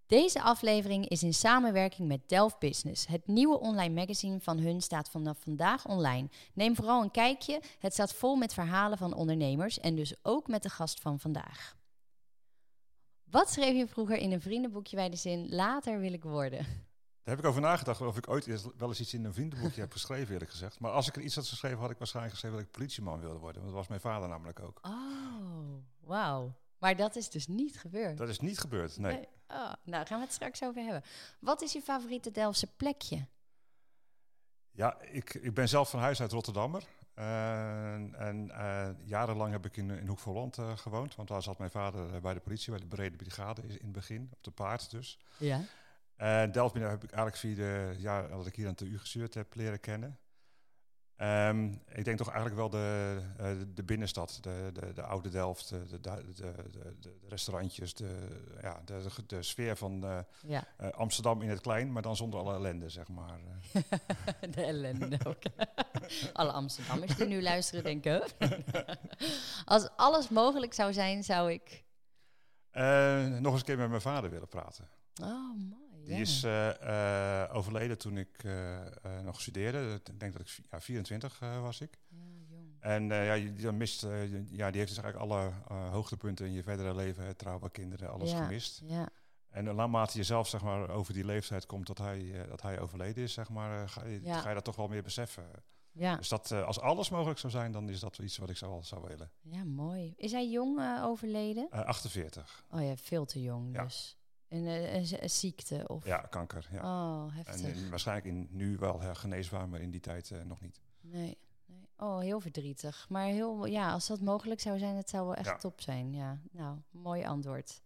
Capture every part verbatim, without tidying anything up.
Deze aflevering is in samenwerking met Delft Business. Het nieuwe online magazine van hun staat vanaf vandaag online. Neem vooral een kijkje. Het staat vol met verhalen van ondernemers en dus ook met de gast van vandaag. Wat schreef je vroeger in een vriendenboekje bij de zin, later wil ik worden? Daar heb ik over nagedacht of ik ooit eerst wel eens iets in een vriendenboekje heb geschreven, eerlijk gezegd. Maar als ik er iets had geschreven, had ik waarschijnlijk geschreven dat ik politieman wilde worden. Want dat was mijn vader namelijk ook. Oh, wauw. Maar dat is dus niet gebeurd. Dat is niet gebeurd, nee. nee. Oh, nou, daar gaan we het straks over hebben. Wat is je favoriete Delftse plekje? Ja, ik, ik ben zelf van huis uit Rotterdammer. Uh, en uh, jarenlang heb ik in, in Hoek van Holland uh, gewoond. Want daar zat mijn vader uh, bij de politie, bij de Brede Brigade in het begin. Op de paard dus. Ja. Uh, Delft heb ik eigenlijk via de jaar dat ik hier aan de U gestudeerd heb leren kennen. Um, ik denk toch eigenlijk wel de, uh, de binnenstad, de, de, de oude Delft, de, de, de, de, de restaurantjes, de, ja, de, de, de sfeer van uh, ja. uh, Amsterdam in het klein, maar dan zonder alle ellende, zeg maar. De ellende ook. Alle Amsterdammers die nu luisteren denken, als alles mogelijk zou zijn, zou ik... Uh, nog eens een keer met mijn vader willen praten. Oh, mooi. Die ja. is uh, uh, overleden toen ik uh, uh, nog studeerde. Ik denk dat ik ja, vierentwintig uh, was ik. Ja, jong. En uh, ja, die, dan mist, uh, ja, die heeft dus eigenlijk alle uh, hoogtepunten in je verdere leven, trouwen, kinderen, alles ja, gemist. Ja. En uh, naarmate je zelf zeg maar, over die leeftijd komt dat hij, uh, dat hij overleden is, zeg maar, uh, ga, je, ja. ga je dat toch wel meer beseffen. Ja. Dus dat, uh, als alles mogelijk zou zijn, dan is dat iets wat ik zou, zou willen. Ja, mooi. Is hij jong uh, overleden? Uh, achtenveertig. Oh ja, veel te jong ja. dus. Een, een, een ziekte? Of? Ja, kanker. Ja. Oh, heftig. En in, waarschijnlijk in, nu wel uh, geneesbaar, maar in die tijd uh, nog niet. Nee, nee. Oh, heel verdrietig. Maar heel, ja, als dat mogelijk zou zijn, het zou wel echt ja. top zijn. Ja, nou, mooi antwoord.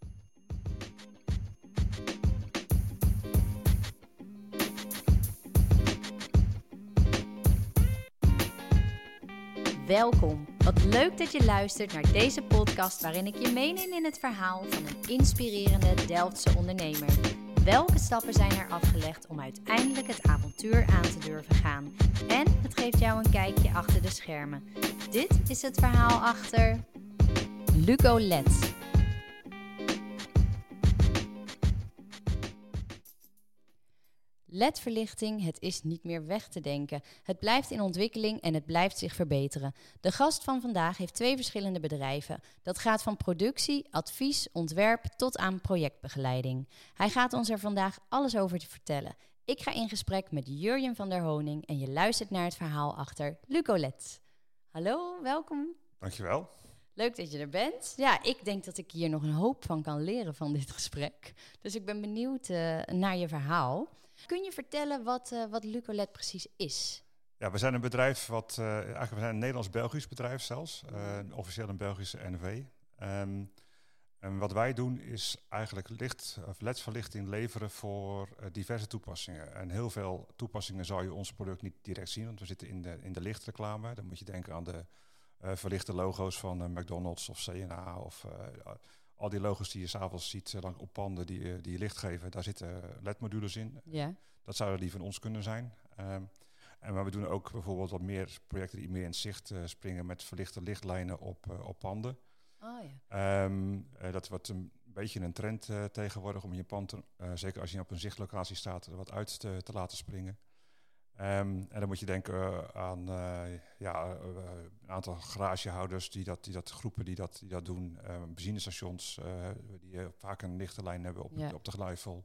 Welkom. Wat leuk dat je luistert naar deze podcast waarin ik je meeneem in het verhaal van een inspirerende Delftse ondernemer. Welke stappen zijn er afgelegd om uiteindelijk het avontuur aan te durven gaan? En het geeft jou een kijkje achter de schermen. Dit is het verhaal achter Luco Letts. L E D-verlichting, het is niet meer weg te denken. Het blijft in ontwikkeling en het blijft zich verbeteren. De gast van vandaag heeft twee verschillende bedrijven. Dat gaat van productie, advies, ontwerp tot aan projectbegeleiding. Hij gaat ons er vandaag alles over te vertellen. Ik ga in gesprek met Jurjen van der Honing en je luistert naar het verhaal achter Luco Letts. Hallo, welkom. Dankjewel. Leuk dat je er bent. Ja, ik denk dat ik hier nog een hoop van kan leren van dit gesprek. Dus ik ben benieuwd uh, naar je verhaal. Kun je vertellen wat, uh, wat Luco Letts precies is? Ja, we zijn een bedrijf wat, uh, eigenlijk we zijn een Nederlands-Belgisch bedrijf zelfs, uh, officieel een Belgische N V. Um, en wat wij doen is eigenlijk licht, of L E D-verlichting leveren voor uh, diverse toepassingen. En heel veel toepassingen zou je ons product niet direct zien, want we zitten in de, in de lichtreclame. Dan moet je denken aan de uh, verlichte logo's van uh, McDonald's of C en A of... Uh, al die logo's die je s'avonds ziet uh, op panden die, uh, die je licht geven, daar zitten uh, L E D-modules in. Ja. Dat zouden die van ons kunnen zijn. Um, en maar we doen ook bijvoorbeeld wat meer projecten die meer in het zicht uh, springen met verlichte lichtlijnen op, uh, op panden. Oh, ja. um, uh, dat wordt een beetje een trend uh, tegenwoordig om je pand, uh, zeker als je op een zichtlocatie staat, er wat uit te, te laten springen. Um, en dan moet je denken uh, aan uh, ja, uh, een aantal garagehouders, die dat, die dat, groepen die dat, die dat doen. Uh, benzinestations uh, die uh, vaak een lichte lijn hebben op, ja. op de glijvol.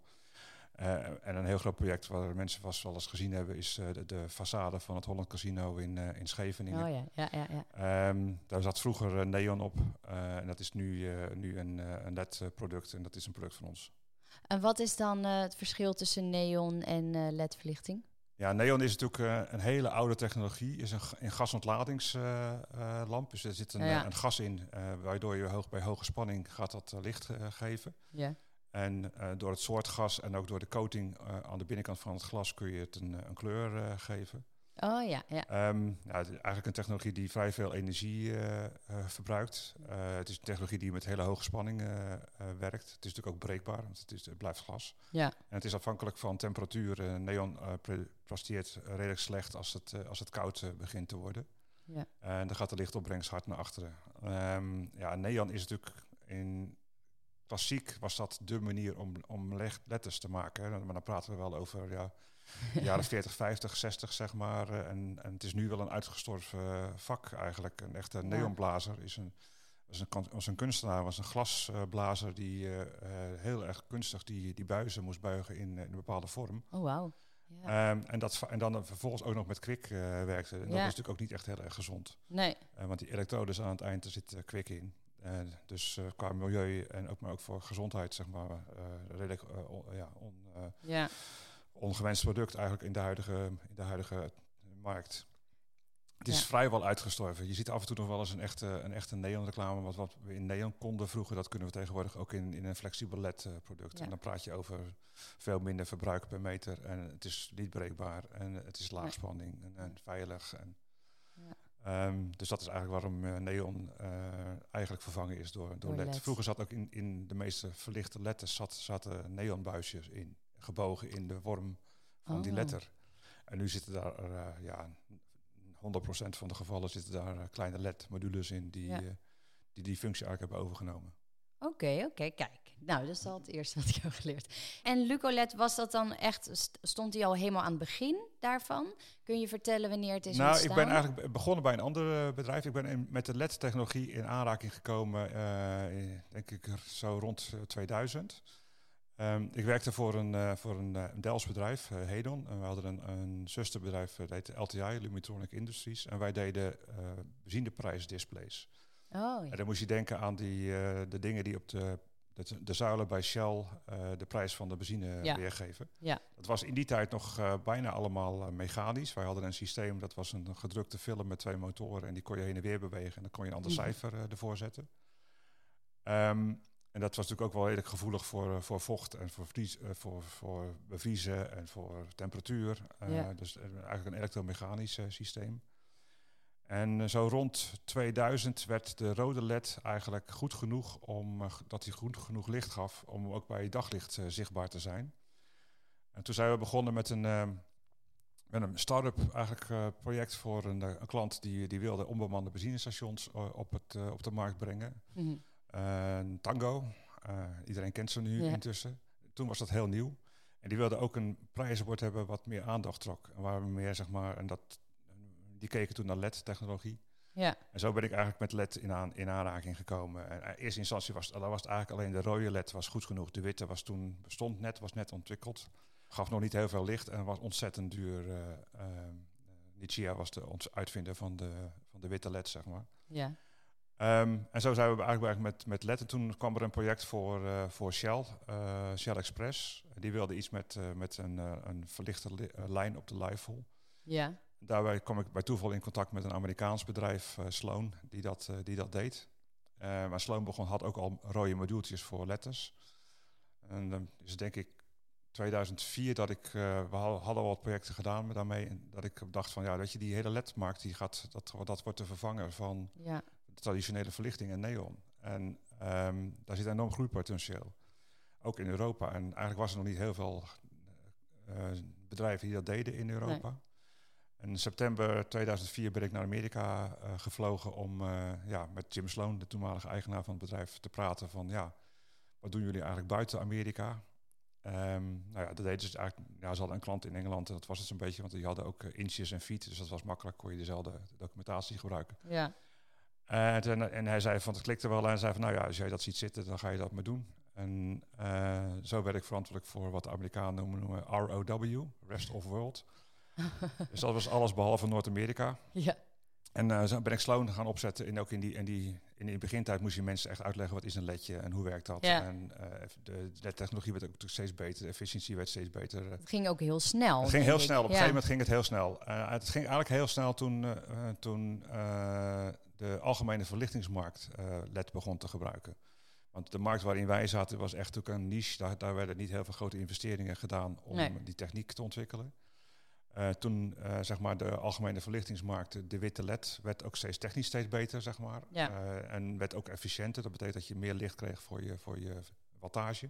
Uh, en een heel groot project waar mensen vast wel eens gezien hebben is uh, de, de façade van het Holland Casino in, uh, in Scheveningen. Oh ja, ja, ja. ja. Um, daar zat vroeger uh, neon op uh, en dat is nu, uh, nu een, uh, een L E D-product en dat is een product van ons. En wat is dan uh, het verschil tussen neon en uh, L E D-verlichting? Ja, neon is natuurlijk uh, een hele oude technologie. Is een, een gasontladingslamp. Uh, dus er zit een, ja, ja. een gas in, uh, waardoor je hoog, bij hoge spanning gaat dat uh, licht uh, geven. Ja. En uh, door het soort gas en ook door de coating uh, aan de binnenkant van het glas kun je het een, een kleur uh, geven. Oh ja, ja. Um, nou, het is eigenlijk een technologie die vrij veel energie uh, uh, verbruikt. Uh, het is een technologie die met hele hoge spanning uh, uh, werkt. Het is natuurlijk ook breekbaar, want het, is, het blijft glas. Ja. En het is afhankelijk van temperatuur. Uh, neon uh, pre- presteert uh, redelijk slecht als het, uh, als het koud uh, begint te worden. Ja. En dan gaat de lichtopbrengst hard naar achteren. Um, ja, neon is natuurlijk in klassiek was dat de manier om, om letters te maken. Hè. Maar dan praten we wel over ja, de jaren veertig, vijftig, zestig, zeg maar. Uh, en, en het is nu wel een uitgestorven uh, vak eigenlijk. Een echte ja. neonblazer is een, was een, was een kunstenaar, was een glasblazer die uh, uh, heel erg kunstig die, die buizen moest buigen in, in een bepaalde vorm. Oh, wauw. Ja. Um, en, dat, en dan vervolgens ook nog met kwik uh, werkte. En ja. dat is natuurlijk ook niet echt heel erg gezond. Nee. Uh, want die elektrodes aan het eind, er zit uh, kwik in. Uh, dus uh, qua milieu en ook maar ook voor gezondheid, zeg maar, uh, redelijk uh, on, ja, on, uh, ja. ongewenst product eigenlijk in de huidige, in de huidige markt. Het is ja. vrijwel uitgestorven. Je ziet af en toe nog wel eens een echte, een echte neonreclame. Want wat we in neon konden vroeger, dat kunnen we tegenwoordig ook in, in een flexibel L E D-product. Ja. En dan praat je over veel minder verbruik per meter. En het is niet breekbaar. En het is laagspanning en, en veilig. En, ja. um, dus dat is eigenlijk waarom uh, neon uh, eigenlijk vervangen is door, door, door L E D. L E D. Vroeger zat ook in, in de meeste verlichte letters zat, zaten neonbuisjes in. Gebogen in de vorm van oh. die letter. En nu zitten daar uh, ja... honderd procent van de gevallen zitten daar uh, kleine L E D-modules in die, ja. uh, die die functie eigenlijk hebben overgenomen. Oké, okay, oké, okay, kijk. Nou, dat is al het eerste wat ik heb geleerd. En Lucoled, was dat dan echt, st- stond die al helemaal aan het begin daarvan? Kun je vertellen wanneer het is nou, ontstaan? Nou, ik ben eigenlijk begonnen bij een ander uh, bedrijf. Ik ben in, met de L E D-technologie in aanraking gekomen, uh, in, denk ik zo rond uh, tweeduizend. Um, ik werkte voor een, uh, voor een, uh, een Delfts bedrijf, uh, Hedon. En we hadden een, een zusterbedrijf, dat heette L T I, Lumitronic Industries. En wij deden uh, benzineprijsdisplays. Oh, ja. En dan moest je denken aan die, uh, de dingen die op de, de, de zuilen bij Shell uh, de prijs van de benzine ja. weergeven. Ja. Dat was in die tijd nog uh, bijna allemaal uh, mechanisch. Wij hadden een systeem, dat was een gedrukte film met twee motoren. En die kon je heen en weer bewegen. En dan kon je een ander mm-hmm. cijfer uh, ervoor zetten. Um, En dat was natuurlijk ook wel redelijk gevoelig voor, voor vocht en voor, vries, uh, voor, voor bevriezen en voor temperatuur. Uh, ja. Dus eigenlijk een elektromechanisch uh, systeem. En uh, zo rond tweeduizend werd de rode L E D eigenlijk goed genoeg om uh, dat hij goed genoeg licht gaf om ook bij daglicht uh, zichtbaar te zijn. En toen zijn we begonnen met een, uh, met een start-up eigenlijk, uh, project voor een, uh, een klant die, die wilde onbemande benzinestations uh, op, het, uh, op de markt brengen. Mm-hmm. Uh, Tango, uh, iedereen kent ze nu ja. intussen. Toen was dat heel nieuw. En die wilden ook een prijzenbord hebben wat meer aandacht trok. En waar we meer, zeg maar, en dat, die keken toen naar L E D-technologie. Ja. En zo ben ik eigenlijk met L E D in, aan, in aanraking gekomen. En in eerste instantie was, was het eigenlijk alleen de rode L E D was goed genoeg. De witte was toen, bestond net, was net ontwikkeld. Gaf nog niet heel veel licht en was ontzettend duur. Uh, uh, Nichia was de ons uitvinder van de, van de witte L E D, zeg maar. Ja. Um, en zo zijn we eigenlijk met, met L E D. En toen kwam er een project voor, uh, voor Shell, uh, Shell Express. Die wilde iets met, uh, met een, uh, een verlichte li- uh, lijn op de Leifel. Ja. Daarbij kwam ik bij toeval in contact met een Amerikaans bedrijf, uh, Sloan, die dat, uh, die dat deed. Uh, maar Sloan begon, had ook al rode modueltjes voor letters. En dan uh, is denk ik tweeduizend vier dat ik, uh, we hadden al wat projecten gedaan met daarmee. En dat ik dacht van, ja, weet je, die hele L E D-markt, die gaat, dat, dat wordt de vervanger van... Ja. traditionele verlichting en neon. En um, daar zit enorm groeipotentieel. Ook in Europa. En eigenlijk was er nog niet heel veel uh, bedrijven die dat deden in Europa. Nee. En in september tweeduizend vier ben ik naar Amerika uh, gevlogen om uh, ja, met Jim Sloan, de toenmalige eigenaar van het bedrijf, te praten van ja, wat doen jullie eigenlijk buiten Amerika? Um, nou ja, dat deden ze eigenlijk. Ja, ze hadden een klant in Engeland en dat was het zo'n beetje, want die hadden ook uh, inches en feet, dus dat was makkelijk, kon je dezelfde documentatie gebruiken. Ja. Uh, en, en hij zei van het klikte wel en hij zei van nou ja, als jij dat ziet zitten, dan ga je dat maar doen. En uh, zo werd ik verantwoordelijk voor wat de Amerikanen noemen, noemen R O W, Rest of World. Dus dat was alles behalve Noord-Amerika. Ja. En uh, zo ben ik Sloan gaan opzetten. En ook in die, in die, in die begintijd moest je mensen echt uitleggen wat is een ledje en hoe werkt dat. Ja. En uh, de, de technologie werd ook steeds beter, de efficiëntie werd steeds beter. Het ging ook heel snel. Het ging heel snel. Op een ja. gegeven moment ging het heel snel. Uh, het ging eigenlijk heel snel toen, uh, toen uh, de algemene verlichtingsmarkt uh, L E D begon te gebruiken. Want de markt waarin wij zaten was echt ook een niche. Daar, daar werden niet heel veel grote investeringen gedaan om nee. die techniek te ontwikkelen. Uh, toen uh, zeg maar de algemene verlichtingsmarkt, de witte L E D, werd ook steeds technisch steeds beter, zeg maar. Ja. Uh, en werd ook efficiënter. Dat betekent dat je meer licht kreeg voor je, voor je wattage.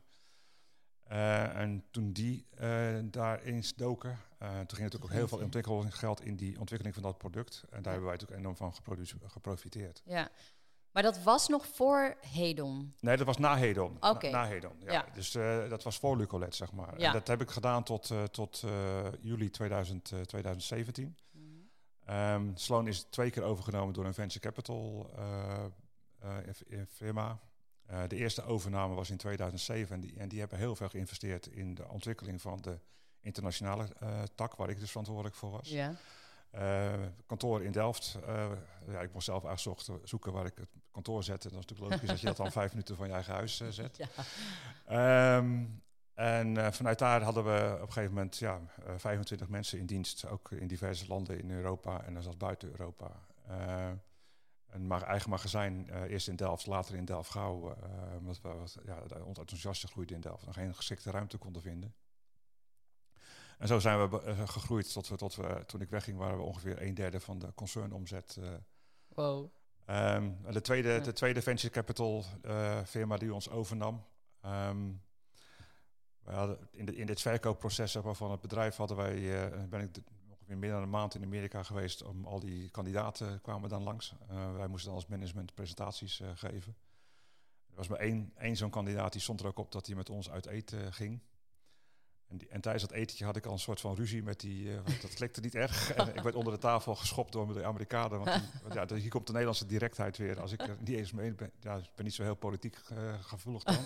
Uh, en toen die uh, daarin doken, uh, toen ging natuurlijk ook heel veel ontwikkelingsgeld in die ontwikkeling van dat product. En daar ja. hebben wij natuurlijk enorm van geprodu- geprofiteerd. Ja. Maar dat was nog voor Hedon? Nee, dat was na Hedon. Oké. Na, na Hedon, ja. Ja. Dus uh, dat was voor Lucolet, zeg maar. Ja. En dat heb ik gedaan tot, uh, tot uh, juli tweeduizend, uh, twintig zeventien. Mm-hmm. Um, Sloan is twee keer overgenomen door een venture capital uh, uh, firma. Uh, de eerste overname was in tweeduizend zeven en die, en die hebben heel veel geïnvesteerd in de ontwikkeling van de internationale uh, tak, waar ik dus verantwoordelijk voor was. Ja. Uh, kantoor in Delft. Uh, ja, ik moest zelf eigenlijk zoeken waar ik het kantoor zette. Dat is natuurlijk logisch dat je dat dan vijf minuten van je eigen huis uh, zet. Ja. Um, en uh, vanuit daar hadden we op een gegeven moment ja, uh, vijfentwintig mensen in dienst. Ook in diverse landen in Europa en zelfs buiten Europa. Uh, een ma- eigen magazijn, uh, eerst in Delft, later in Delft-Gouw. Uh, omdat we wat, ja, ons enthousiaste groeide in Delft en geen geschikte ruimte konden vinden. En zo zijn we uh, gegroeid tot we, tot we, toen ik wegging, waren we ongeveer een derde van de concernomzet. Uh. Wow. Um, de, tweede, ja. de tweede venture capital uh, firma die ons overnam. Um, we hadden in, de, in dit verkoopproces van het bedrijf hadden wij, uh, ben ik de, ongeveer meer dan een maand in Amerika geweest om al die kandidaten kwamen dan langs. Uh, wij moesten dan als management presentaties uh, geven. Er was maar één, één zo'n kandidaat die stond er ook op dat hij met ons uit eten ging. En, die, en tijdens dat etentje had ik al een soort van ruzie met die... Uh, dat klikte niet erg. En ik werd onder de tafel geschopt door de Amerikanen. Want, die, want ja, hier komt de Nederlandse directheid weer. Als ik er niet eens mee ben... Ja, ik ben niet zo heel politiek uh, gevoelig dan.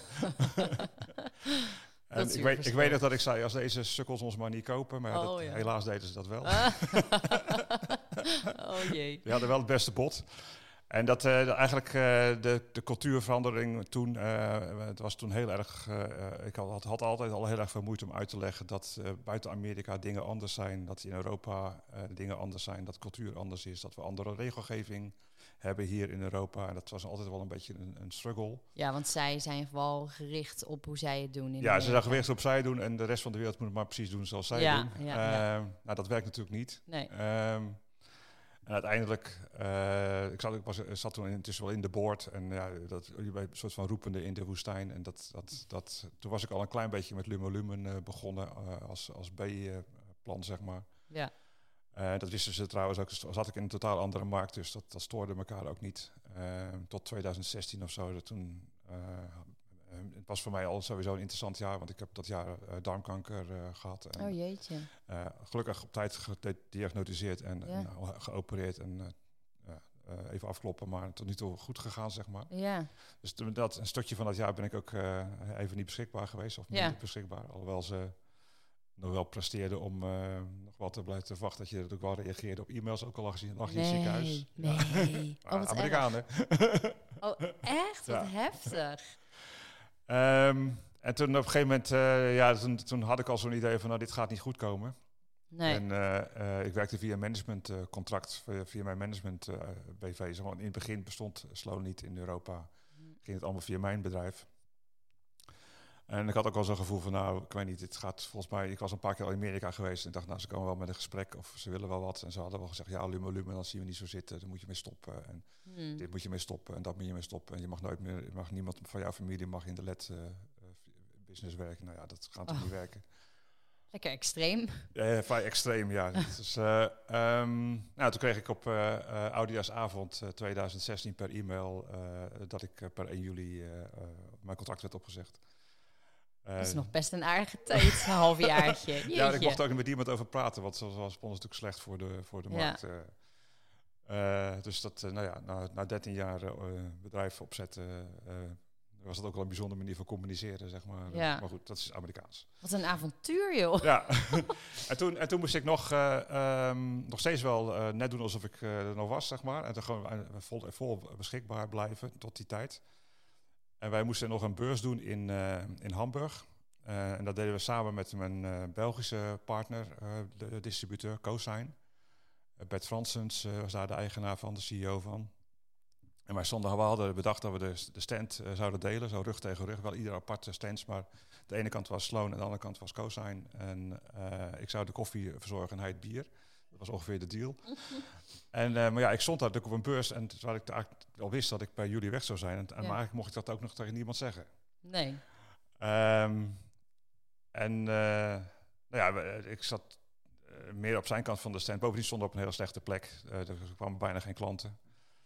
En ik weet, ik weet nog dat ik zei, als deze sukkels ons maar niet kopen. Maar oh, dat, ja. helaas deden ze dat wel. Oh jee. Die hadden wel het beste bod. En dat uh, eigenlijk uh, de, de cultuurverandering toen, uh, het was toen heel erg, uh, ik had, had altijd al heel erg veel moeite om uit te leggen dat uh, buiten Amerika dingen anders zijn, dat in Europa uh, dingen anders zijn, dat cultuur anders is, dat we andere regelgeving hebben hier in Europa. En dat was altijd wel een beetje een, een struggle. Ja, want zij zijn vooral gericht op hoe zij het doen in Ja, Amerika. ze zijn gericht op zij doen en de rest van de wereld moet het maar precies doen zoals zij ja, doen. Ja, uh, ja. Nou, dat werkt natuurlijk niet. Nee. Um, En uiteindelijk, uh, ik zat, ik was, zat toen intussen wel in de board en ja, dat, je bent een soort van roepende in de woestijn. En dat, dat, dat, toen was ik al een klein beetje met Lumen Lumen uh, begonnen uh, als, als B-plan, zeg maar. Ja. Uh, dat wisten ze trouwens ook, zat ik in een totaal andere markt, dus dat, dat stoorde elkaar ook niet. Uh, tot tweeduizend zestien of zo, dat toen... Uh, Het was voor mij al sowieso een interessant jaar, want ik heb dat jaar uh, darmkanker uh, gehad. En, oh jeetje. Uh, gelukkig op tijd gediagnosticeerd en ja. uh, geopereerd en uh, uh, even afkloppen, maar tot nu toe goed gegaan, zeg maar. Ja. Dus dat, een stukje van dat jaar ben ik ook uh, even niet beschikbaar geweest, of ja. niet beschikbaar. Alhoewel ze nog wel presteerden om uh, nog wat te blijven wachten, dat je natuurlijk wel reageerde op e-mails, ook al lag je, lag je nee, in het ziekenhuis. Nee, ja. oh, Amerikanen. Oh, echt? Wat ja. heftig. Um, en toen op een gegeven moment, uh, ja, toen, toen had ik al zo'n idee van, nou, dit gaat niet goed komen. Nee. En uh, uh, ik werkte via een managementcontract, uh, via mijn management uh, B V. Zeg maar, in het begin bestond Sloan niet in Europa. Mm. Ging het allemaal via mijn bedrijf. En ik had ook wel zo'n gevoel van, nou, ik weet niet, dit gaat volgens mij... Ik was een paar keer al in Amerika geweest en dacht, nou, ze komen wel met een gesprek of ze willen wel wat. En ze hadden wel gezegd, ja, Lumen Lumen, dan zien we niet zo zitten, daar moet je mee stoppen. En mm. dit moet je mee stoppen en dat moet je mee stoppen. En je mag nooit meer, je mag niemand van jouw familie mag in de L E D uh, business werken. Nou ja, dat gaat toch oh. niet werken. Lekker extreem. Ja, vrij extreem, ja. Dus, uh, um, nou, toen kreeg ik op uh, uh, Oudejaarsavond uh, tweeduizend zestien per e-mail uh, dat ik uh, per één juli uh, uh, mijn contract werd opgezegd. Uh, dat is nog best een aardige tijd, een halfjaartje. Jeetje. Ja, ik mocht ook met iemand over praten, want zoals was natuurlijk slecht voor de, voor de markt. Ja. Uh, uh, dus dat, uh, nou ja, na, na dertien jaar uh, bedrijf opzetten... Uh, was dat ook wel een bijzondere manier van communiceren, zeg maar. Ja. Maar goed, dat is Amerikaans. Wat een avontuur, joh. Ja. en, toen, en toen moest ik nog, uh, um, nog steeds wel uh, net doen alsof ik uh, er nog was, zeg maar. En toen gewoon uh, vol, vol beschikbaar blijven tot die tijd. En wij moesten nog een beurs doen in, uh, in Hamburg. Uh, en dat deden we samen met mijn uh, Belgische partner, uh, de, de distributeur, Cosign. Uh, Bert Fransens uh, was daar de eigenaar van, de C E O van. En wij stonden, we hadden bedacht dat we de, de stand uh, zouden delen, zo rug tegen rug. Wel ieder aparte stands, maar de ene kant was Sloan en de andere kant was Cosign. En uh, ik zou de koffie verzorgen en hij het bier. Dat was ongeveer de deal. en, uh, maar ja, ik stond daar natuurlijk op een beurs en terwijl ik eigenlijk al wist dat ik bij jullie weg zou zijn. En, ja. Maar eigenlijk mocht ik dat ook nog tegen niemand zeggen. Nee. Um, en uh, nou ja, ik zat uh, meer op zijn kant van de stand. Bovendien stond op een hele slechte plek. Uh, er kwamen bijna geen klanten.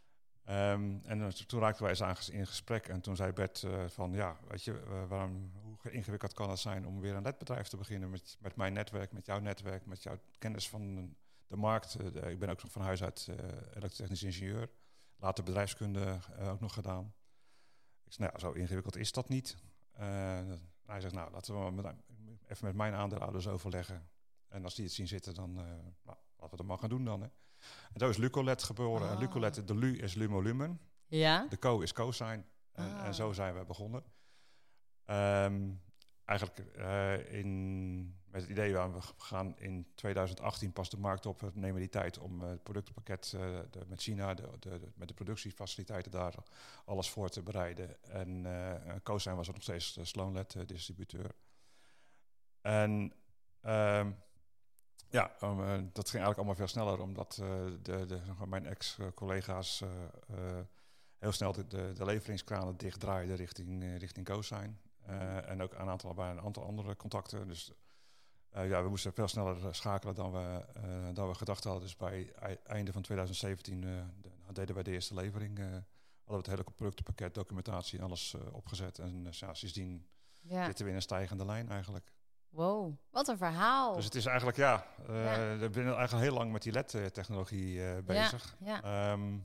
Um, en uh, toen raakten wij eens aan ges- in gesprek en toen zei Bert uh, van ja, weet je, uh, waarom, hoe ingewikkeld kan het zijn om weer een L E D-bedrijf te beginnen met, met mijn netwerk, met jouw netwerk, met jouw kennis van de markt. Uh, de, ik ben ook nog van huis uit uh, elektrotechnisch ingenieur, later bedrijfskunde uh, ook nog gedaan. Ik zei, nou ja, zo ingewikkeld is dat niet. Uh, hij zegt, nou, laten we met, even met mijn aandeelhouders overleggen. En als die het zien zitten, dan uh, nou, laten we dat maar gaan doen dan. Hè. En zo is Lucolet geboren. Oh. En Lucolet, de Lu is Lumolumen. Ja? De Co is cosine. En, Ah. en zo zijn we begonnen. Um, eigenlijk uh, in, met het idee, we gaan in twintig achttien pas de markt op. We nemen die tijd om uh, het productpakket uh, de, met China, de, de, de, met de productiefaciliteiten daar, alles voor te bereiden. En uh, cosine was ook nog steeds de Sloanlet uh, distributeur. En um, ja, um, uh, dat ging eigenlijk allemaal veel sneller, omdat uh, de, de, mijn ex-collega's uh, uh, heel snel de, de, de leveringskranen dichtdraaiden richting, uh, richting cosine. Uh, en ook een aantal, bij een aantal andere contacten. Dus uh, ja, we moesten veel sneller schakelen dan we, uh, dan we gedacht hadden. Dus bij e- einde van twintig zeventien uh, de, deden wij de eerste levering. Uh, hadden we het hele productenpakket, documentatie en alles uh, opgezet. En uh, ja, sindsdien ja. zitten we in een stijgende lijn eigenlijk. Wow, wat een verhaal. Dus het is eigenlijk, ja, uh, ja. we zijn eigenlijk heel lang met die L E D-technologie uh, bezig. Ja, ja. Um,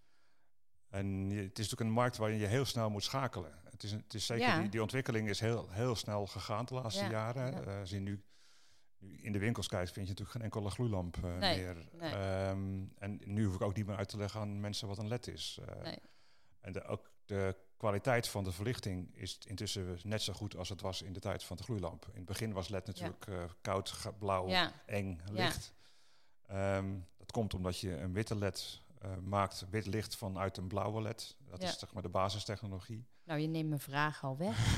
en je, het is natuurlijk een markt waarin je heel snel moet schakelen. Het is, het is zeker, ja. die, die ontwikkeling is heel, heel snel gegaan de laatste ja, jaren. Ja. Uh, als je nu, nu in de winkels kijkt, vind je natuurlijk geen enkele gloeilamp uh, nee, meer. Nee. Um, en nu hoef ik ook niet meer uit te leggen aan mensen wat een L E D is. Uh, nee. En de, ook de kwaliteit van de verlichting is intussen net zo goed als het was in de tijd van de gloeilamp. In het begin was L E D natuurlijk ja. uh, koud, ga, blauw, ja. eng, licht. Ja. Um, dat komt omdat je een witte L E D uh, maakt, wit licht vanuit een blauwe L E D. Dat ja. is zeg maar de basistechnologie. Nou, je neemt mijn vraag al weg.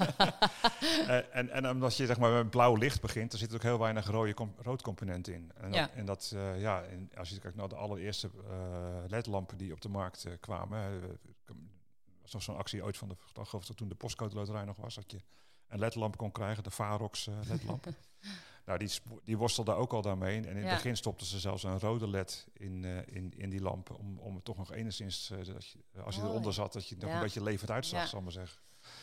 uh, en, en omdat je zeg maar met blauw licht begint, er zit ook heel weinig rode com- roodcomponent in. En, ja. dat, en dat, uh, ja, en als je kijkt naar de allereerste uh, L E D-lampen die op de markt uh, kwamen. Uh, was nog zo'n actie ooit van de, ik geloof dat toen de postcode loterij nog was, dat je een L E D-lamp kon krijgen, de Varox uh, L E D-lamp. Nou, die, die worstelde ook al daarmee. En in ja. het begin stopten ze zelfs een rode L E D in, uh, in, in die lamp. Om, om het toch nog enigszins, uh, dat je, als je oh, eronder zat, dat je nog ja. een beetje levend uitzag, ja. zal ik maar zeggen.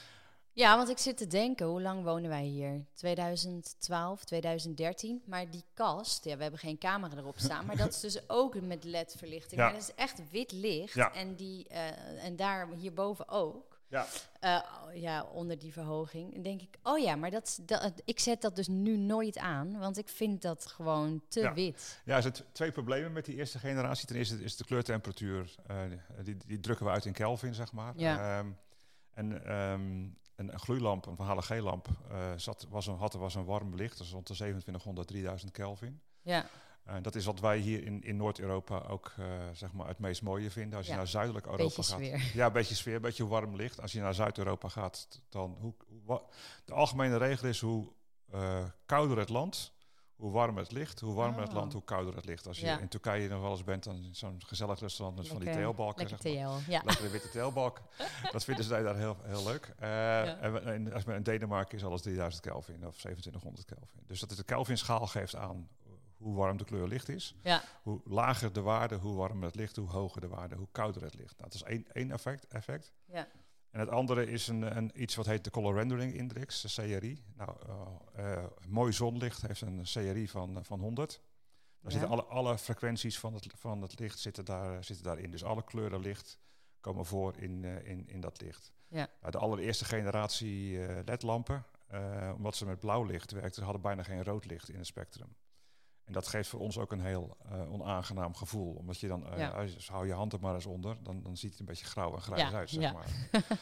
Ja, want ik zit te denken, hoe lang wonen wij hier? twintig twaalf, twintig dertien. Maar die kast, ja, we hebben geen camera erop staan. Maar dat is dus ook met L E D-verlichting. Ja. Maar dat is echt wit licht. Ja. En, die, uh, en daar hierboven ook. Ja. Uh, ja, onder die verhoging. Dan denk ik, oh ja, maar dat, dat, ik zet dat dus nu nooit aan. Want ik vind dat gewoon te ja. wit. Ja, er zijn t- twee problemen met die eerste generatie. Ten eerste is de kleurtemperatuur. Uh, die, die drukken we uit in Kelvin, zeg maar. Ja. Um, en um, een, een gloeilamp, een halogenlamp, uh, zat, was een, had, was een warm licht. Dat is rond de zevenentwintighonderd, drieduizend Kelvin. Ja. Uh, dat is wat wij hier in, in Noord-Europa ook uh, zeg maar het meest mooie vinden. Als je ja. naar zuidelijk Europa beetje gaat. Sfeer. Ja, een beetje sfeer, een beetje warm licht. Als je naar Zuid-Europa gaat, dan... Hoe, hoe, de algemene regel is hoe uh, kouder het land, hoe warmer het licht. Hoe warmer oh. het land, hoe kouder het licht. Als je ja. in Turkije nog wel eens bent, dan zo'n gezellig restaurant met lekker, van die teelbalken. Lekker zeg maar. teel, ja. Lekkere witte teelbalk. Dat vinden ze daar heel, heel leuk. Uh, ja. En, en als men in Denemarken is alles drieduizend Kelvin of zevenentwintighonderd Kelvin. Dus dat is de Kelvin-schaal geeft aan hoe warm de kleur licht is. Ja. Hoe lager de waarde, hoe warmer het licht, hoe hoger de waarde, hoe kouder het licht. Nou, dat is één, één effect. effect. Ja. En het andere is een, een, iets wat heet de Color Rendering Index, de C R I. Nou, uh, uh, mooi zonlicht heeft een C R I van, van honderd. Daar ja. zitten alle, alle frequenties van het, van het licht zitten, daar, zitten daarin. Dus alle kleuren licht komen voor in, uh, in, in dat licht. Ja. Nou, de allereerste generatie uh, L E D-lampen, uh, omdat ze met blauw licht werkten, ze hadden bijna geen rood licht in het spectrum. En dat geeft voor ons ook een heel uh, onaangenaam gevoel. Omdat je dan, uh, ja. uh, hou je hand er maar eens onder, dan, dan ziet het een beetje grauw en grijs ja. uit, zeg ja. maar.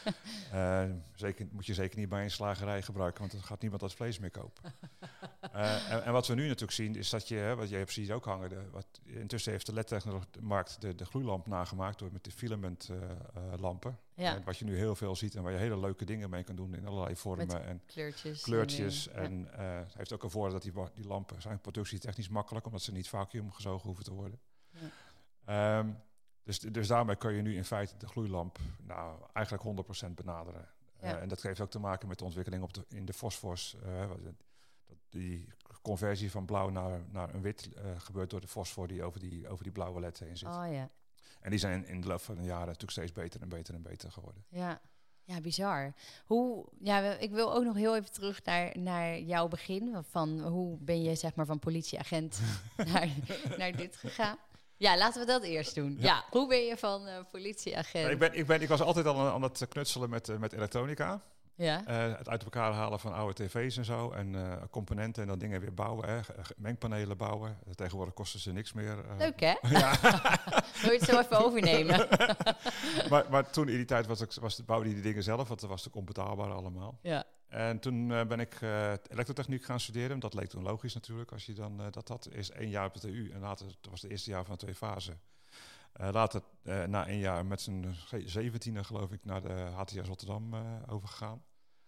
uh, zeker, moet je zeker niet bij een slagerij gebruiken, want dan gaat niemand dat vlees meer kopen. uh, en, en wat we nu natuurlijk zien, is dat je, hè, wat jij precies ook hangen, de, wat, intussen heeft de L E D-markt de, de gloeilamp nagemaakt door met de filament uh, uh, lampen. Ja. Uh, wat je nu heel veel ziet en waar je hele leuke dingen mee kan doen in allerlei vormen. Met en kleurtjes. kleurtjes. En, en uh, het heeft ook een voordeel dat die, die lampen zijn productietechnisch makkelijk, omdat ze niet vacuümgezogen hoeven te worden. Ja. Um, dus, dus daarmee kun je nu in feite de gloeilamp nou, eigenlijk honderd procent benaderen. Ja. Uh, en dat heeft ook te maken met de ontwikkeling op de, in de fosfors. Uh, dat die conversie van blauw naar, naar een wit uh, gebeurt door de fosfor die over die, over die blauwe L E D heen zit. Oh, ja. En die zijn in de loop van de jaren natuurlijk steeds beter en beter en beter geworden. Ja, ja, bizar. Hoe, ja, we- ik wil ook nog heel even terug naar, naar jouw begin. Van hoe ben je zeg maar van politieagent naar, naar dit gegaan? Ja, laten we dat eerst doen. Ja, Ja. hoe ben je van eh, politieagent? Ja, ik, ben, ik, ben, ik was altijd al aan, aan het knutselen met, uh, met elektronica. Ja, Uh, het uit elkaar halen van oude tv's en zo. En uh, componenten en dan dingen weer bouwen. Hè. Mengpanelen bouwen. Tegenwoordig kosten ze niks meer. Uh, leuk hè? Ja. Wil je het zo even overnemen? maar, maar toen in die tijd was ik, was, bouwde je die dingen zelf. Want dat was ook onbetaalbaar allemaal. Ja. En toen uh, ben ik uh, elektrotechniek gaan studeren. Dat leek toen logisch natuurlijk. Als je dan uh, dat had. Eerst één jaar op de T U. En later, dat was het eerste jaar van twee fasen. Uh, later, uh, na één jaar met z'n zeventiende geloof ik, naar de H T S Rotterdam uh, overgegaan.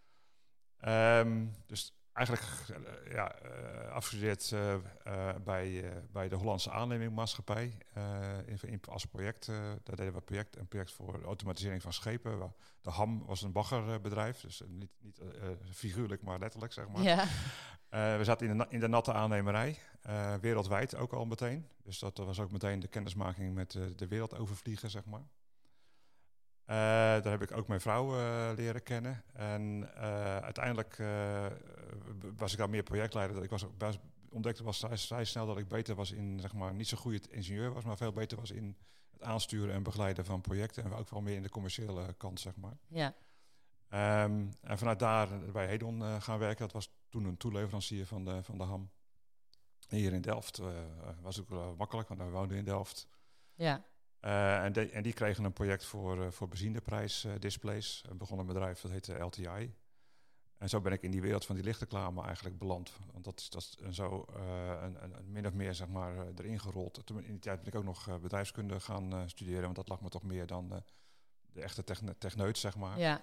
Um, dus eigenlijk uh, ja, uh, afgestudeerd uh, uh, bij, uh, bij de Hollandse Aannemingmaatschappij uh, in, in, als project. Uh, daar deden we een project, een project voor automatisering van schepen. De Ham was een baggerbedrijf, dus uh, niet, niet uh, figuurlijk, maar letterlijk zeg maar. Ja. Uh, we zaten in de, in de natte aannemerij, uh, wereldwijd ook al meteen. Dus dat, dat was ook meteen de kennismaking met uh, de wereld overvliegen, zeg maar. Uh, daar heb ik ook mijn vrouw uh, leren kennen. En uh, uiteindelijk uh, was ik daar meer projectleider. Ik was best, ontdekte was vrij, vrij snel dat ik beter was in, zeg maar, niet zo goed ingenieur was, maar veel beter was in het aansturen en begeleiden van projecten. En ook wel meer in de commerciële kant, zeg maar. Ja. Um, en vanuit daar bij Hedon uh, gaan werken. Dat was toen een toeleverancier van de, van de Ham. Hier in Delft uh, was ook wel makkelijk, want we woonden in Delft. Ja. Uh, en, de, en die kregen een project voor, uh, voor benzineprijs uh, displays. Er begon een bedrijf dat heette L T I. En zo ben ik in die wereld van die lichtreclame eigenlijk beland. Want dat is, dat is een zo uh, een, een, een min of meer zeg maar, uh, erin gerold. Toen in die tijd ben ik ook nog uh, bedrijfskunde gaan uh, studeren. Want dat lag me toch meer dan uh, de echte techne- techneut, zeg maar. Ja.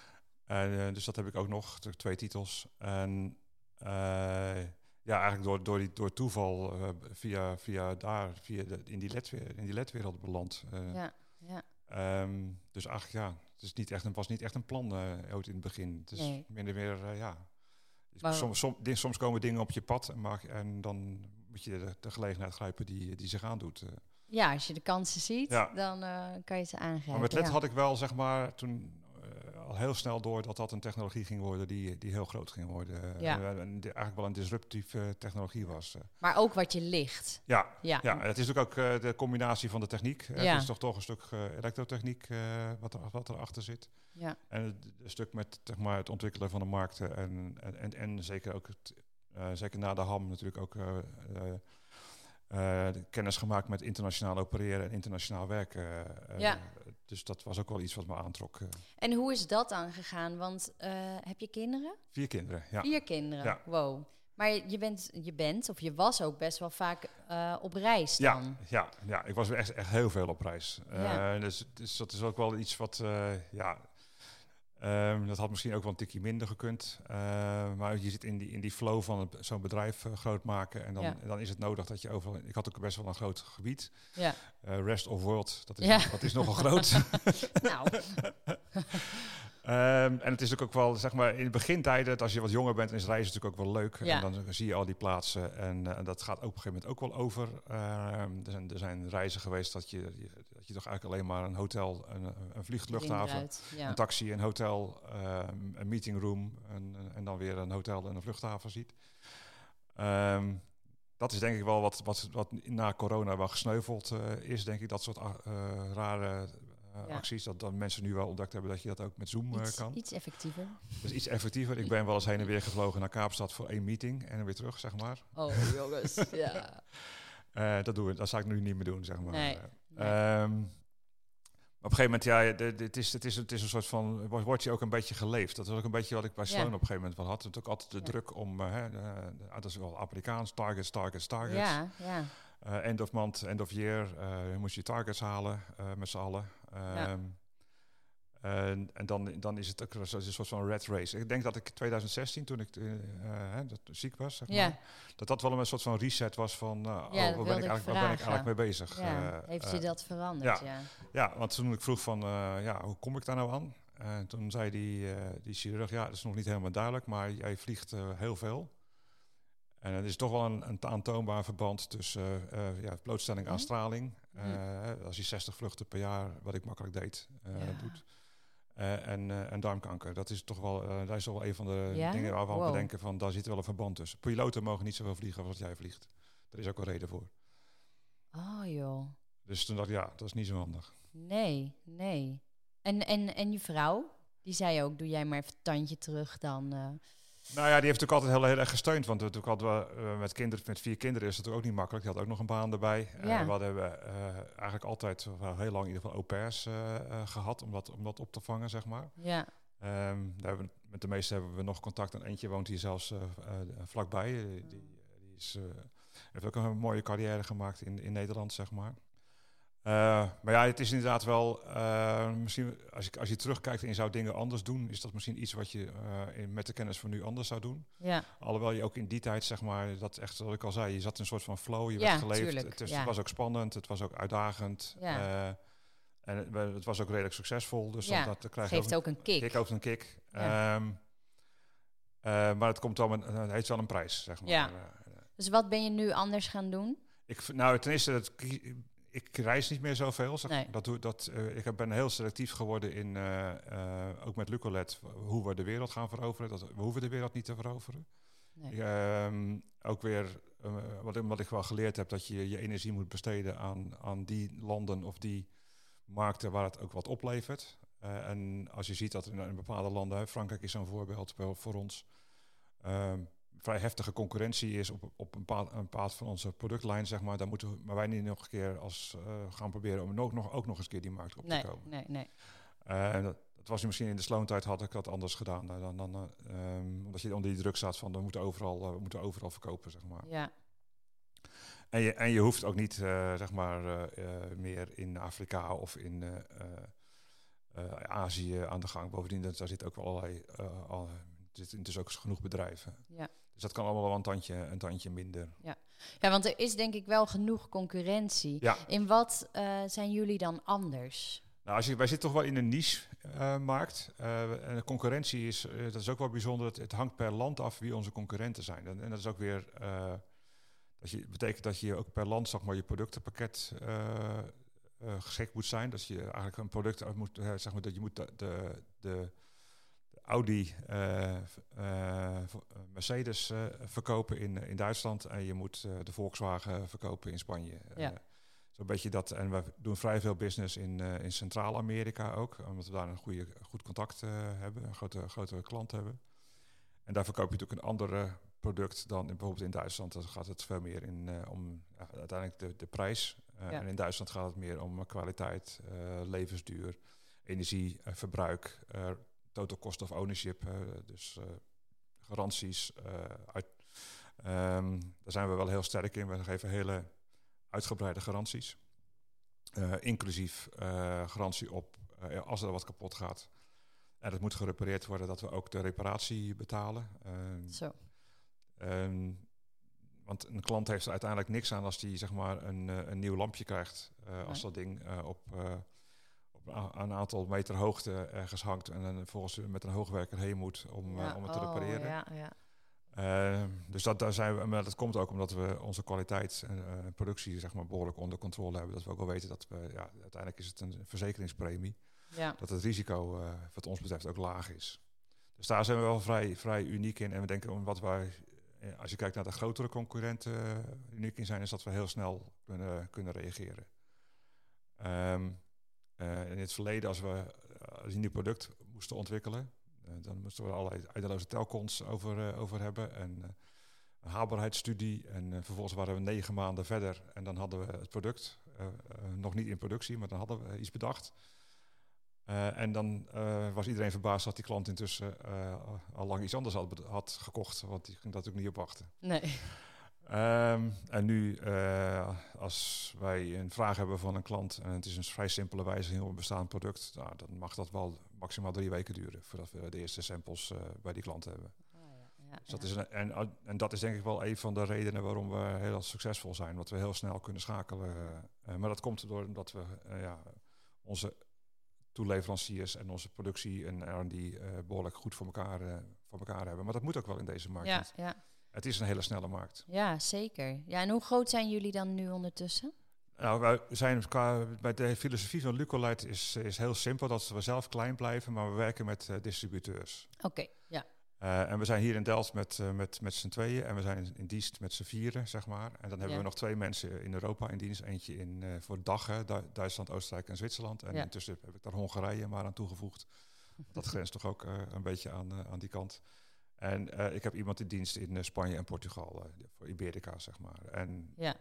Uh, dus dat heb ik ook nog, twee titels. En uh, ja, eigenlijk door, door, die, door toeval uh, via, via daar, via de, in die led, in die ledwereld beland. Uh, ja, ja. Um, dus eigenlijk ja, het is niet echt een, was niet echt een plan uh, ooit in het begin. Het is nee. minder meer, uh, ja. Maar soms, som, di- soms komen dingen op je pad en, mag, en dan moet je de, de gelegenheid grijpen die, die zich aandoet. Uh. Ja, als je de kansen ziet, ja. dan uh, kan je ze aangrijpen. Maar met L E D ja. had ik wel, zeg maar, toen uh, al heel snel door dat dat een technologie ging worden die, die heel groot ging worden. Ja. Uh, en die eigenlijk wel een disruptieve uh, technologie was. Uh. Maar ook wat je licht. Ja, ja. ja, het is natuurlijk ook uh, de combinatie van de techniek. Ja. Het is toch toch een stuk uh, elektrotechniek uh, wat, er, wat erachter zit. Ja. En het, een stuk met zeg maar, het ontwikkelen van de markten. En, en, en, en zeker ook het, uh, zeker na de Ham natuurlijk ook uh, uh, uh, kennis gemaakt met internationaal opereren en internationaal werken. Uh, ja. Dus dat was ook wel iets wat me aantrok. Uh. En hoe is dat dan gegaan? Want uh, heb je kinderen? Vier kinderen, ja. Vier kinderen, ja. Wow. Maar je bent, je bent, of je was ook best wel vaak uh, op reis dan. Ja, ja, ja, ik was echt, echt heel veel op reis. Ja. Uh, dus, dus dat is ook wel iets wat, uh, ja... Um, dat had misschien ook wel een tikje minder gekund. Uh, maar je zit in die, in die flow van het, zo'n bedrijf uh, groot maken. En dan, ja. en dan is het nodig dat je overal... Ik had ook best wel een groot gebied. Ja. Uh, rest of world, dat is, ja. dat is nogal groot. Nou... Um, en het is ook wel, zeg maar, in de begintijden, als je wat jonger bent, is reizen natuurlijk ook wel leuk. Ja. En dan zie je al die plaatsen. En, uh, en dat gaat ook op een gegeven moment ook wel over. Uh, er, zijn, er zijn reizen geweest dat je, je, dat je toch eigenlijk alleen maar een hotel, een, een vliegluchthaven, ja. een taxi, een hotel, um, een meetingroom en, en dan weer een hotel en een vluchthaven ziet. Um, dat is denk ik wel wat, wat, wat na corona wel gesneuveld uh, is, denk ik, dat soort uh, rare... Uh, ja. acties, dat dan mensen nu wel ontdekt hebben dat je dat ook met Zoom iets, uh, kan. Iets effectiever. Dus iets effectiever. Ik ben wel eens heen en weer gevlogen naar Kaapstad voor één meeting en weer terug, zeg maar. Oh, jongens, ja. Uh, dat doen we, dat zou ik nu niet meer doen, zeg maar. Nee. nee. Um, op een gegeven moment, ja, het is, het is, het is een soort van, wordt je ook een beetje geleefd. Dat was ook een beetje wat ik bij Sloan ja. op een gegeven moment wel had. Het ook altijd de ja. druk om, uh, hè, uh, dat is wel Amerikaans, targets, targets, targets. Ja, ja. Uh, end of month, end of year, uh, moest je targets halen uh, met z'n allen. Um, ja. En, en dan, dan is het ook een soort van red race. Ik denk dat ik twintig zestien, toen ik uh, uh, dat ziek was, zeg maar, ja. dat dat wel een soort van reset was van, uh, ja, oh, waar, ben ik eigenlijk, waar ben ik eigenlijk mee bezig? Ja. Uh, Heeft uh, je dat veranderd? Ja, ja. ja, want toen ik vroeg van, uh, ja, hoe kom ik daar nou aan? Uh, toen zei die, uh, die chirurg, ja, dat is nog niet helemaal duidelijk, maar jij vliegt uh, heel veel. En het is toch wel een, een aantoonbaar verband tussen uh, uh, ja, blootstelling aan straling. Uh, mm. Als je zestig vluchten per jaar, wat ik makkelijk deed, uh, ja. doet. Uh, en, uh, en darmkanker. Dat is toch wel, uh, dat is toch wel een van de ja? dingen waarvan wow. we denken van, daar zit wel een verband tussen. Piloten mogen niet zoveel vliegen als jij vliegt. Daar is ook een reden voor. Oh joh. Dus toen dacht ik, ja, dat is niet zo handig. Nee, nee. En, en, en je vrouw, die zei ook, doe jij maar even een tandje terug dan... Uh... Nou ja, die heeft natuurlijk altijd heel, heel erg gesteund. Want natuurlijk hadden we uh, met, kinderen, met vier kinderen is het ook niet makkelijk. Die had ook nog een baan erbij. Ja. Uh, we hadden uh, eigenlijk altijd, wel heel lang in ieder geval, au pairs uh, uh, gehad om dat, om dat op te vangen, zeg maar. Ja. Um, daar hebben we, met de meeste hebben we nog contact. En eentje woont hier zelfs uh, uh, vlakbij. Uh, die die is, uh, heeft ook een mooie carrière gemaakt in, in Nederland, zeg maar. Uh, maar ja, het is inderdaad wel, uh, misschien als, ik, als je terugkijkt en je zou dingen anders doen, is dat misschien iets wat je uh, in, met de kennis van nu anders zou doen. Ja. Alhoewel je ook in die tijd, zeg maar, dat echt, wat ik al zei, je zat in een soort van flow, je ja, werd geleefd. Tuurlijk, het, is, ja. het was ook spannend, het was ook uitdagend. Ja. Uh, en het, het was ook redelijk succesvol. Dus ja, dat, dat krijg geeft je ook een, ook een kick. kick. Ook een kick. Ja. Um, uh, maar het komt wel met, het heeft wel een prijs, zeg maar. Ja. Uh, dus wat ben je nu anders gaan doen? Ik, nou, ten eerste... Het, Ik reis niet meer zoveel. Zeg. Nee. Dat, dat, uh, ik ben heel selectief geworden in, uh, uh, ook met Lucolet, hoe we de wereld gaan veroveren. Dat, we hoeven de wereld niet te veroveren. Nee. Ik, um, ook weer, uh, wat, wat ik wel geleerd heb, dat je je energie moet besteden aan, aan die landen of die markten waar het ook wat oplevert. Uh, en als je ziet dat in, in bepaalde landen, Frankrijk is zo'n voorbeeld voor ons, um, vrij heftige concurrentie is op, op een, paad, een paad van onze productlijn, zeg maar. Daar moeten we, maar wij niet nog een keer als uh, gaan proberen om ook nog, ook nog eens keer die markt op nee, te komen. Nee, nee. Uh, dat, dat was misschien in de sloontijd had ik dat anders gedaan. Uh, dan, dan, uh, um, omdat je onder die druk staat van we moeten overal, uh, we moeten overal verkopen, zeg maar. Ja. En je, en je hoeft ook niet, uh, zeg maar, uh, uh, meer in Afrika of in uh, uh, Azië aan de gang. Bovendien, daar zit ook wel allerlei, uh, al, er zitten dus ook genoeg bedrijven. Ja. Dus dat kan allemaal wel een tandje, een tandje minder. Ja. ja, want er is denk ik wel genoeg concurrentie. Ja. In wat uh, zijn jullie dan anders? Nou, als je, wij zitten toch wel in een niche-markt. Uh, uh, en de concurrentie is, uh, dat is ook wel bijzonder. Het, het hangt per land af wie onze concurrenten zijn. En, en dat is ook weer, uh, dat je, betekent dat je ook per land, zeg maar, je productenpakket uh, uh, geschikt moet zijn. Dat je eigenlijk een product uit moet, uh, zeg maar, dat je moet de, de, de Audi, uh, uh, Mercedes uh, verkopen in, in Duitsland en je moet uh, de Volkswagen verkopen in Spanje. Ja. Uh, Zo'n beetje dat. En we doen vrij veel business in, uh, in Centraal-Amerika ook, omdat we daar een goede, goed contact uh, hebben, een grote, grote klant hebben. En daar verkoop je natuurlijk een ander product dan in, bijvoorbeeld in Duitsland. Dan gaat het veel meer in, uh, om uh, uiteindelijk de, de prijs. Uh, ja. En in Duitsland gaat het meer om kwaliteit, uh, levensduur, energieverbruik, uh, total cost of ownership, uh, dus uh, garanties. Uh, uit, um, daar zijn we wel heel sterk in. We geven hele uitgebreide garanties. Uh, inclusief uh, garantie op uh, als er wat kapot gaat. En dat moet gerepareerd worden, dat we ook de reparatie betalen. Uh, Zo. Um, want een klant heeft er uiteindelijk niks aan als die zeg maar een, uh, een nieuw lampje krijgt. Uh, nee. Als dat ding uh, op, uh, op een aantal meter hoogte ergens hangt en dan volgens met een hoogwerker heen moet om, ja. uh, om het te repareren. Oh, ja, ja. Uh, dus dat, daar zijn we, maar dat komt ook omdat we onze kwaliteit en uh, productie zeg maar, behoorlijk onder controle hebben. Dat we ook wel weten dat we, ja, uiteindelijk is het een verzekeringspremie. Ja. Dat het risico uh, wat ons betreft ook laag is. Dus daar zijn we wel vrij, vrij uniek in. En we denken om wat wij, als je kijkt naar de grotere concurrenten, uh, uniek in zijn, is dat we heel snel kunnen, kunnen reageren. Um, uh, in het verleden, als we uh, een nieuw product moesten ontwikkelen, uh, dan moesten we er allerlei eindeloze telcons over, uh, over hebben. En uh, een haalbaarheidsstudie. En uh, vervolgens waren we negen maanden verder en dan hadden we het product. Uh, uh, nog niet in productie, maar dan hadden we iets bedacht. Uh, en dan uh, was iedereen verbaasd dat die klant intussen uh, al lang iets anders had, had gekocht. Want die ging dat ook niet op wachten. Nee. Um, en nu, uh, als wij een vraag hebben van een klant en het is een vrij simpele wijziging op een bestaand product, nou, dan mag dat wel maximaal drie weken duren voordat we de eerste samples uh, bij die klant hebben. Oh, ja, ja, dus dat ja. is een, en, en dat is denk ik wel een van de redenen waarom we heel succesvol zijn. Dat we heel snel kunnen schakelen. Uh, maar dat komt doordat we uh, ja, onze toeleveranciers en onze productie en R en D uh, behoorlijk goed voor elkaar, uh, voor elkaar hebben. Maar dat moet ook wel in deze markt. Ja, ja. Het is een hele snelle markt. Ja, zeker. Ja, en hoe groot zijn jullie dan nu ondertussen? Nou, wij zijn qua, bij de filosofie van Lucolite is, is heel simpel, dat we zelf klein blijven, maar we werken met uh, distributeurs. Oké, okay, ja. Uh, en we zijn hier in Delft met, uh, met, met z'n tweeën en we zijn in dienst met z'n vieren, zeg maar. En dan hebben ja. we nog twee mensen in Europa in dienst. Eentje in, uh, voor D A C, hè, Du- Duitsland, Oostenrijk en Zwitserland. En ja. intussen heb ik daar Hongarije maar aan toegevoegd. Dat grenst toch ook uh, een beetje aan, uh, aan die kant. En uh, ik heb iemand in dienst in uh, Spanje en Portugal, uh, voor Iberica, zeg maar. En ja.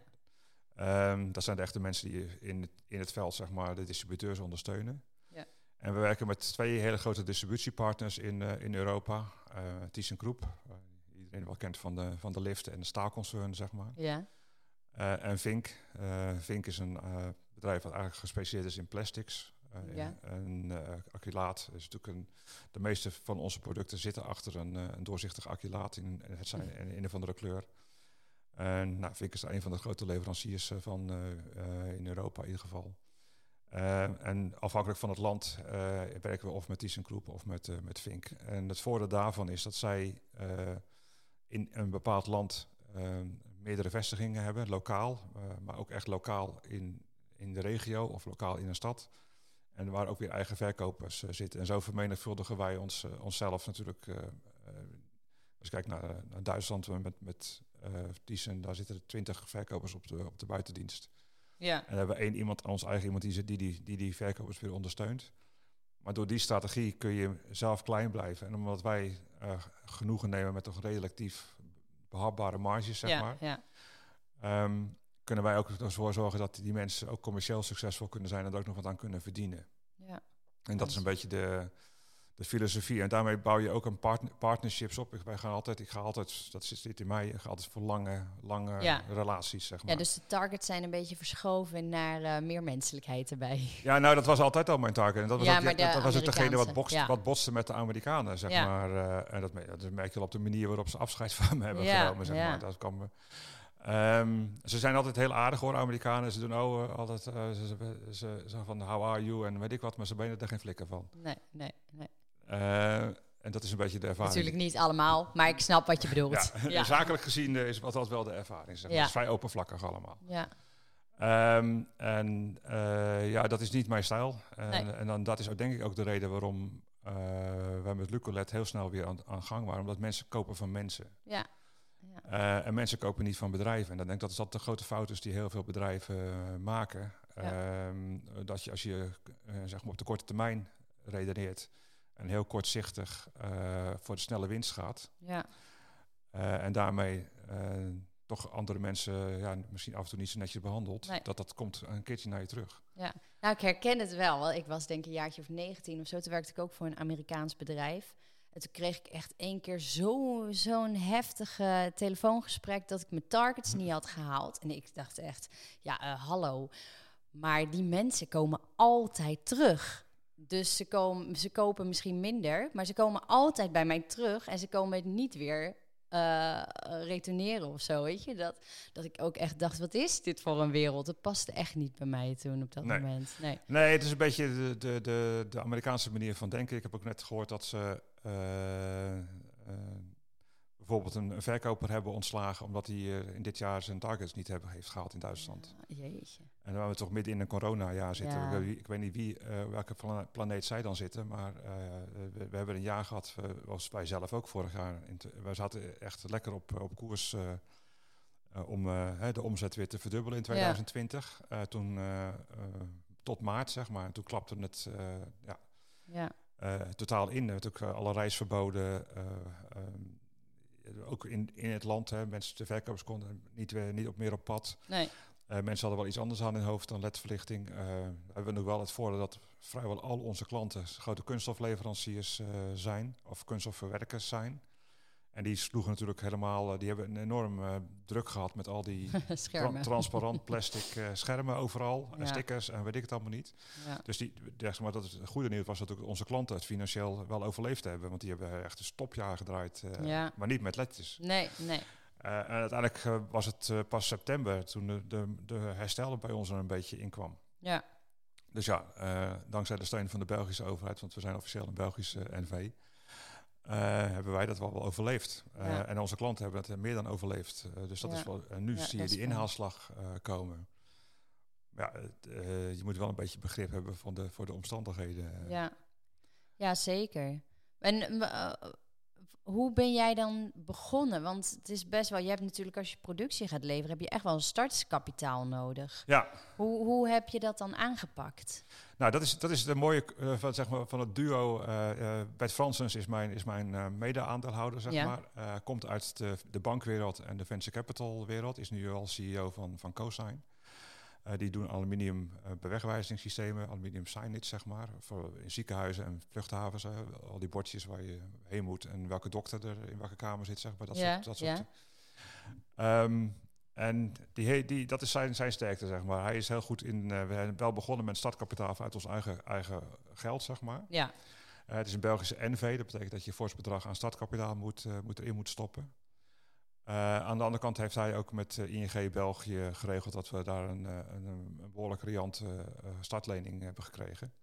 um, dat zijn de echte mensen die in, in het veld, zeg maar, de distributeurs ondersteunen. Ja. En we werken met twee hele grote distributiepartners in, uh, in Europa. Uh, ThyssenKrupp, uh, iedereen wel kent van de, van de lift en de staalconcern, zeg maar. Ja. Uh, en Vink. Uh, Vink is een uh, bedrijf dat eigenlijk gespecialiseerd is in plastics. Uh, ja. En uh, acrylaat is natuurlijk een... De meeste van onze producten zitten achter een, uh, een doorzichtig acrylaat in, het zijn, in een of andere kleur. En nou, Vink is een van de grote leveranciers uh, van uh, uh, in Europa in ieder geval. Uh, en afhankelijk van het land uh, werken we of met ThyssenKrupp of met, uh, met Vink. En het voordeel daarvan is dat zij uh, in een bepaald land uh, meerdere vestigingen hebben, lokaal, uh, maar ook echt lokaal in, in de regio of lokaal in een stad. En waar ook weer eigen verkopers uh, zitten. En zo vermenigvuldigen wij ons, uh, onszelf natuurlijk. Uh, uh, als je kijkt naar, uh, naar Duitsland met, met uh, Thyssen, daar zitten er twintig verkopers op de, op de buitendienst. Ja. En dan hebben we één iemand, ons eigen iemand, die die, die, die die verkopers weer ondersteunt. Maar door die strategie kun je zelf klein blijven. En omdat wij uh, genoegen nemen met toch relatief behapbare marges, zeg ja, maar. Ja. Um, kunnen wij ook ervoor zorgen dat die mensen ook commercieel succesvol kunnen zijn en er ook nog wat aan kunnen verdienen. Ja. En dat is een beetje de, de filosofie. En daarmee bouw je ook een partner, partnerships op. Ik, wij gaan altijd, ik ga altijd, dat zit in mij, ik ga altijd voor lange, lange ja. relaties, zeg maar. Ja, dus de targets zijn een beetje verschoven naar uh, meer menselijkheid erbij. Ja, nou, dat was altijd al mijn target. En dat was ja, ook, maar dat was ook degene wat, bokst, ja. wat botste met de Amerikanen, zeg ja. maar. Uh, en dat, dat merk je wel op de manier waarop ze afscheid van me hebben ja, genomen, zeg ja. maar. Dat kan me... Um, ze zijn altijd heel aardig hoor, Amerikanen. Ze doen oh, uh, altijd uh, ze, ze, ze, ze van how are you en weet ik wat, maar ze benen er geen flikker van. Nee, nee, nee. Uh, en dat is een beetje de ervaring. Natuurlijk niet allemaal, maar ik snap wat je bedoelt. Ja, ja. Zakelijk gezien uh, is wat dat wel de ervaring. Zeg maar. Ja. Het is vrij oppervlakkig allemaal. Ja. Um, en uh, ja, dat is niet mijn stijl. En, nee. en dan, dat is ook denk ik ook de reden waarom uh, wij met Lucolite heel snel weer aan, aan gang waren. Omdat mensen kopen van mensen. Ja. Ja. Uh, en mensen kopen niet van bedrijven. En dan denk ik dat is dat de grote fout is die heel veel bedrijven uh, maken. Ja. Um, dat je als je uh, zeg maar op de korte termijn redeneert en heel kortzichtig uh, voor de snelle winst gaat. Ja. Uh, en daarmee uh, toch andere mensen ja, misschien af en toe niet zo netjes behandelt. Nee. Dat dat komt een keertje naar je terug. Ja, nou ik herken het wel. Ik was denk ik een jaartje of negentien of zo. Toen werkte ik ook voor een Amerikaans bedrijf. En toen kreeg ik echt één keer zo, zo'n heftige telefoongesprek dat ik mijn targets niet had gehaald. En ik dacht echt, ja, uh, hallo. Maar die mensen komen altijd terug. Dus ze, komen, ze kopen misschien minder, maar ze komen altijd bij mij terug. En ze komen het niet weer uh, retourneren of zo, weet je. Dat, dat ik ook echt dacht, wat is dit voor een wereld? Het paste echt niet bij mij toen op dat nee. moment. Nee. nee, het is een beetje de, de, de, de Amerikaanse manier van denken. Ik heb ook net gehoord dat ze uh, uh, bijvoorbeeld een, een verkoper hebben ontslagen omdat hij uh, in dit jaar zijn targets niet hebben, heeft gehaald in Duitsland. Ja, jeetje. En dan we toch midden in een coronajaar zitten. Ja. Ik, ik weet niet wie, uh, welke pla- planeet zij dan zitten, maar uh, we, we hebben een jaar gehad, uh, was wij zelf ook vorig jaar. In te, wij zaten echt lekker op, op koers uh, uh, om uh, de omzet weer te verdubbelen in twintig twintig. Ja. Uh, toen uh, uh, tot maart, zeg maar. En toen klapte het uh, ja, ja. uh, totaal in. Er ook uh, alle reisverboden. Uh, um, ook in, in het land, hè, mensen, de verkopers konden niet, weer, niet op meer op pad. Nee. Uh, mensen hadden wel iets anders aan hun hoofd dan ledverlichting. Uh, we hebben nog wel het voordeel dat vrijwel al onze klanten grote kunststofleveranciers uh, zijn. Of kunststofverwerkers zijn. En die sloegen natuurlijk helemaal, uh, die hebben een enorm uh, druk gehad met al die tra- transparant plastic uh, schermen overal. Ja. En stickers en weet ik het allemaal niet. Ja. Dus die, zeg maar, dat het goede nieuws was dat ook onze klanten het financieel wel overleefd hebben. Want die hebben echt een stopjaar gedraaid. Uh, ja. Maar niet met ledjes. Nee, nee. Uh, en uiteindelijk uh, was het uh, pas september toen de, de, de herstel bij ons er een beetje inkwam. Ja. Dus ja, uh, dankzij de steun van de Belgische overheid, want we zijn officieel een Belgische N V, uh, hebben wij dat wel, wel overleefd. Uh, ja. En onze klanten hebben het meer dan overleefd. Uh, dus dat ja. is wel. Uh, nu ja, zie je die inhaalslag uh, komen. Ja, uh, je moet wel een beetje begrip hebben van de, voor de omstandigheden. Ja, ja zeker. En uh, hoe ben jij dan begonnen? Want het is best wel, je hebt natuurlijk als je productie gaat leveren, heb je echt wel een startkapitaal nodig. Ja. Hoe, hoe heb je dat dan aangepakt? Nou, dat is, dat is de mooie uh, van, zeg maar, van het duo. Uh, uh, Bert Fransens is mijn, is mijn uh, mede-aandeelhouder, zeg ja. maar. Uh, komt uit de, de bankwereld en de venture capital wereld. Is nu al C E O van, van Cosign. Uh, die doen aluminium uh, bewegwijzingssystemen, aluminium signage, zeg maar. Voor in ziekenhuizen en vluchthavens. Uh, al die bordjes waar je heen moet en welke dokter er in welke kamer zit, zeg maar. Dat ja, soort, dat soort ja. Um, en die, die, dat is zijn, zijn sterkte, zeg maar. Hij is heel goed in... Uh, we zijn wel begonnen met startkapitaal uit ons eigen, eigen geld, zeg maar. Ja. Uh, het is een Belgische N V. Dat betekent dat je een fors bedrag aan startkapitaal moet, uh, moet erin moet stoppen. Uh, aan de andere kant heeft hij ook met uh, I N G België geregeld dat we daar een, een, een behoorlijk riant uh, startlening hebben gekregen.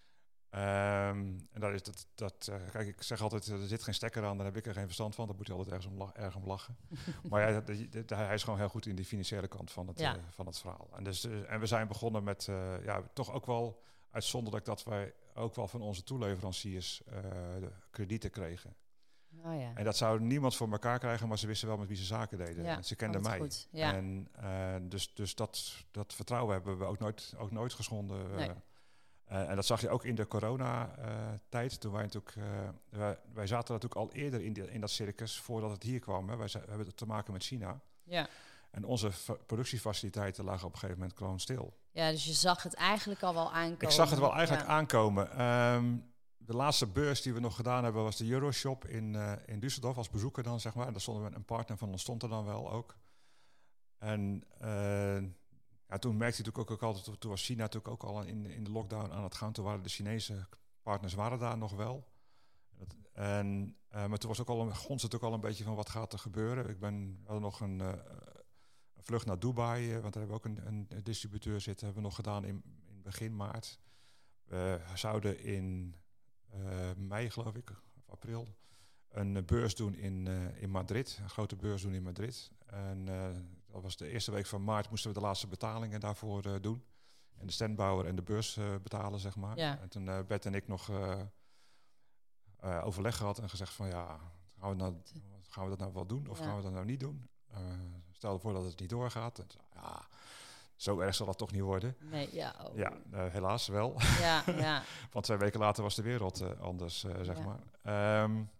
Um, en dat is dat, dat uh, kijk, ik zeg altijd, er zit geen stekker aan, daar heb ik er geen verstand van. Daar moet je altijd ergens om, lach, erg om lachen. Maar ja, de, de, de, hij is gewoon heel goed in die financiële kant van het, ja. uh, van het verhaal. En, dus, uh, en we zijn begonnen met, uh, ja, toch ook wel uitzonderlijk dat wij ook wel van onze toeleveranciers uh, de kredieten kregen. Oh ja. En dat zou niemand voor elkaar krijgen, maar ze wisten wel met wie ze zaken deden. Ja, en ze kenden mij. goed. Ja. En uh, dus, dus dat, dat vertrouwen hebben we ook nooit, ook nooit geschonden. Nee. Uh, Uh, en dat zag je ook in de coronatijd. Uh, toen wij natuurlijk, uh, wij, wij zaten natuurlijk al eerder in, die, in dat circus voordat het hier kwam. Hè. Wij z- hebben te maken met China. Ja. En onze fa- productiefaciliteiten lagen op een gegeven moment gewoon stil. Ja, dus je zag het eigenlijk al wel aankomen. Ik zag het wel eigenlijk ja. aankomen. Um, de laatste beurs die we nog gedaan hebben was de Euroshop in, uh, in Düsseldorf als bezoeker dan, zeg maar. En daar stonden we, een partner van ons stond er dan wel ook. En... Uh, Ja, toen merkte je natuurlijk ook, ook altijd, toen was China natuurlijk ook al in, in de lockdown aan het gaan. Toen waren de Chinese partners waren daar nog wel. En, uh, maar toen was ook al een, gons het ook al een beetje van wat gaat er gebeuren. Ik ben we hadden nog een, uh, een vlucht naar Dubai, uh, want daar hebben we ook een, een distributeur zitten. Hebben we nog gedaan in, in begin maart. We zouden in uh, mei, geloof ik, of april, een beurs doen in, uh, in Madrid. Een grote beurs doen in Madrid. En uh, dat was de eerste week van maart moesten we de laatste betalingen daarvoor uh, doen. En de standbouwer en de beurs uh, betalen, zeg maar. Ja. En toen uh, Bert en ik nog uh, uh, overleg gehad en gezegd van ja, gaan we, nou, gaan we dat nou wel doen of ja. gaan we dat nou niet doen? Uh, stel voor dat het niet doorgaat. En, ja, zo erg zal dat toch niet worden. Nee, ja. Oh. Ja, uh, helaas wel. Ja, ja. Want twee weken later was de wereld uh, anders, uh, zeg ja. maar. Um,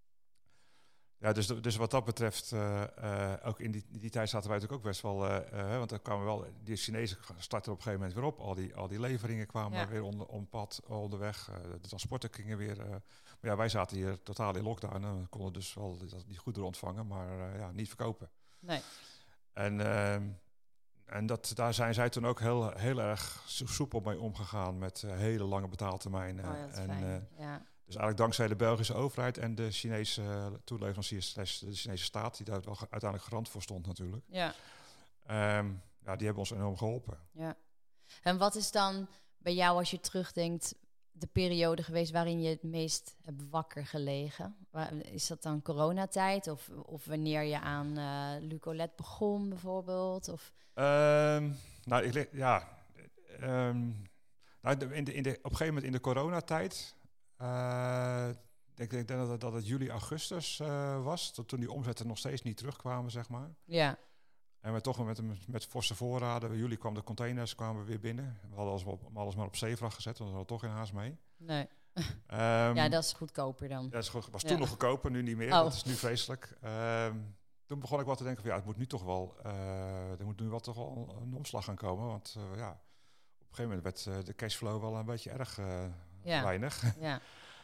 Ja, dus, dus wat dat betreft, uh, uh, ook in die, die tijd zaten wij natuurlijk ook best wel, uh, uh, want dan kwamen wel, die Chinezen startten op een gegeven moment weer op, al die, al die leveringen kwamen ja. weer onder, om pad, onderweg, uh, de transporten gingen weer, uh, maar ja, wij zaten hier totaal in lockdown en we konden dus wel die, die goederen ontvangen, maar uh, ja, niet verkopen. Nee. En, uh, en dat, daar zijn zij toen ook heel, heel erg soepel mee omgegaan met uh, hele lange betaaltermijnen. Oh, ja, dat is en, fijn. Uh, ja. Dus eigenlijk dankzij de Belgische overheid en de Chinese uh, toeleveranciers, de Chinese staat, die daar wel ge- uiteindelijk garant voor stond natuurlijk. Ja. Um, ja, die hebben ons enorm geholpen. Ja. En wat is dan bij jou, als je terugdenkt, de periode geweest waarin je het meest hebt wakker gelegen? Waar, is dat dan coronatijd of, of wanneer je aan uh, Lucolet begon bijvoorbeeld? Of? Um, nou, ik, ja, um, nou de, in de, in de, op een gegeven moment in de coronatijd... Uh, ik denk dat het, dat het juli, augustus uh, was, tot toen die omzetten nog steeds niet terugkwamen, zeg maar. Ja. En we toch wel met, met, met forse voorraden. In juli kwamen de containers kwamen weer binnen. We hadden alles, op, alles maar op zeevracht gezet, want we hadden toch geen haast mee. Nee. Um, ja, dat is goedkoper dan. Ja, dat was toen ja. nog goedkoper, nu niet meer. Oh. Dat is nu vreselijk. Um, toen begon ik wel te denken van ja, het moet nu toch wel, uh, er moet nu wel toch wel een omslag gaan komen, want uh, ja, op een gegeven moment werd uh, de cashflow wel een beetje erg uh, ja. weinig. Ja.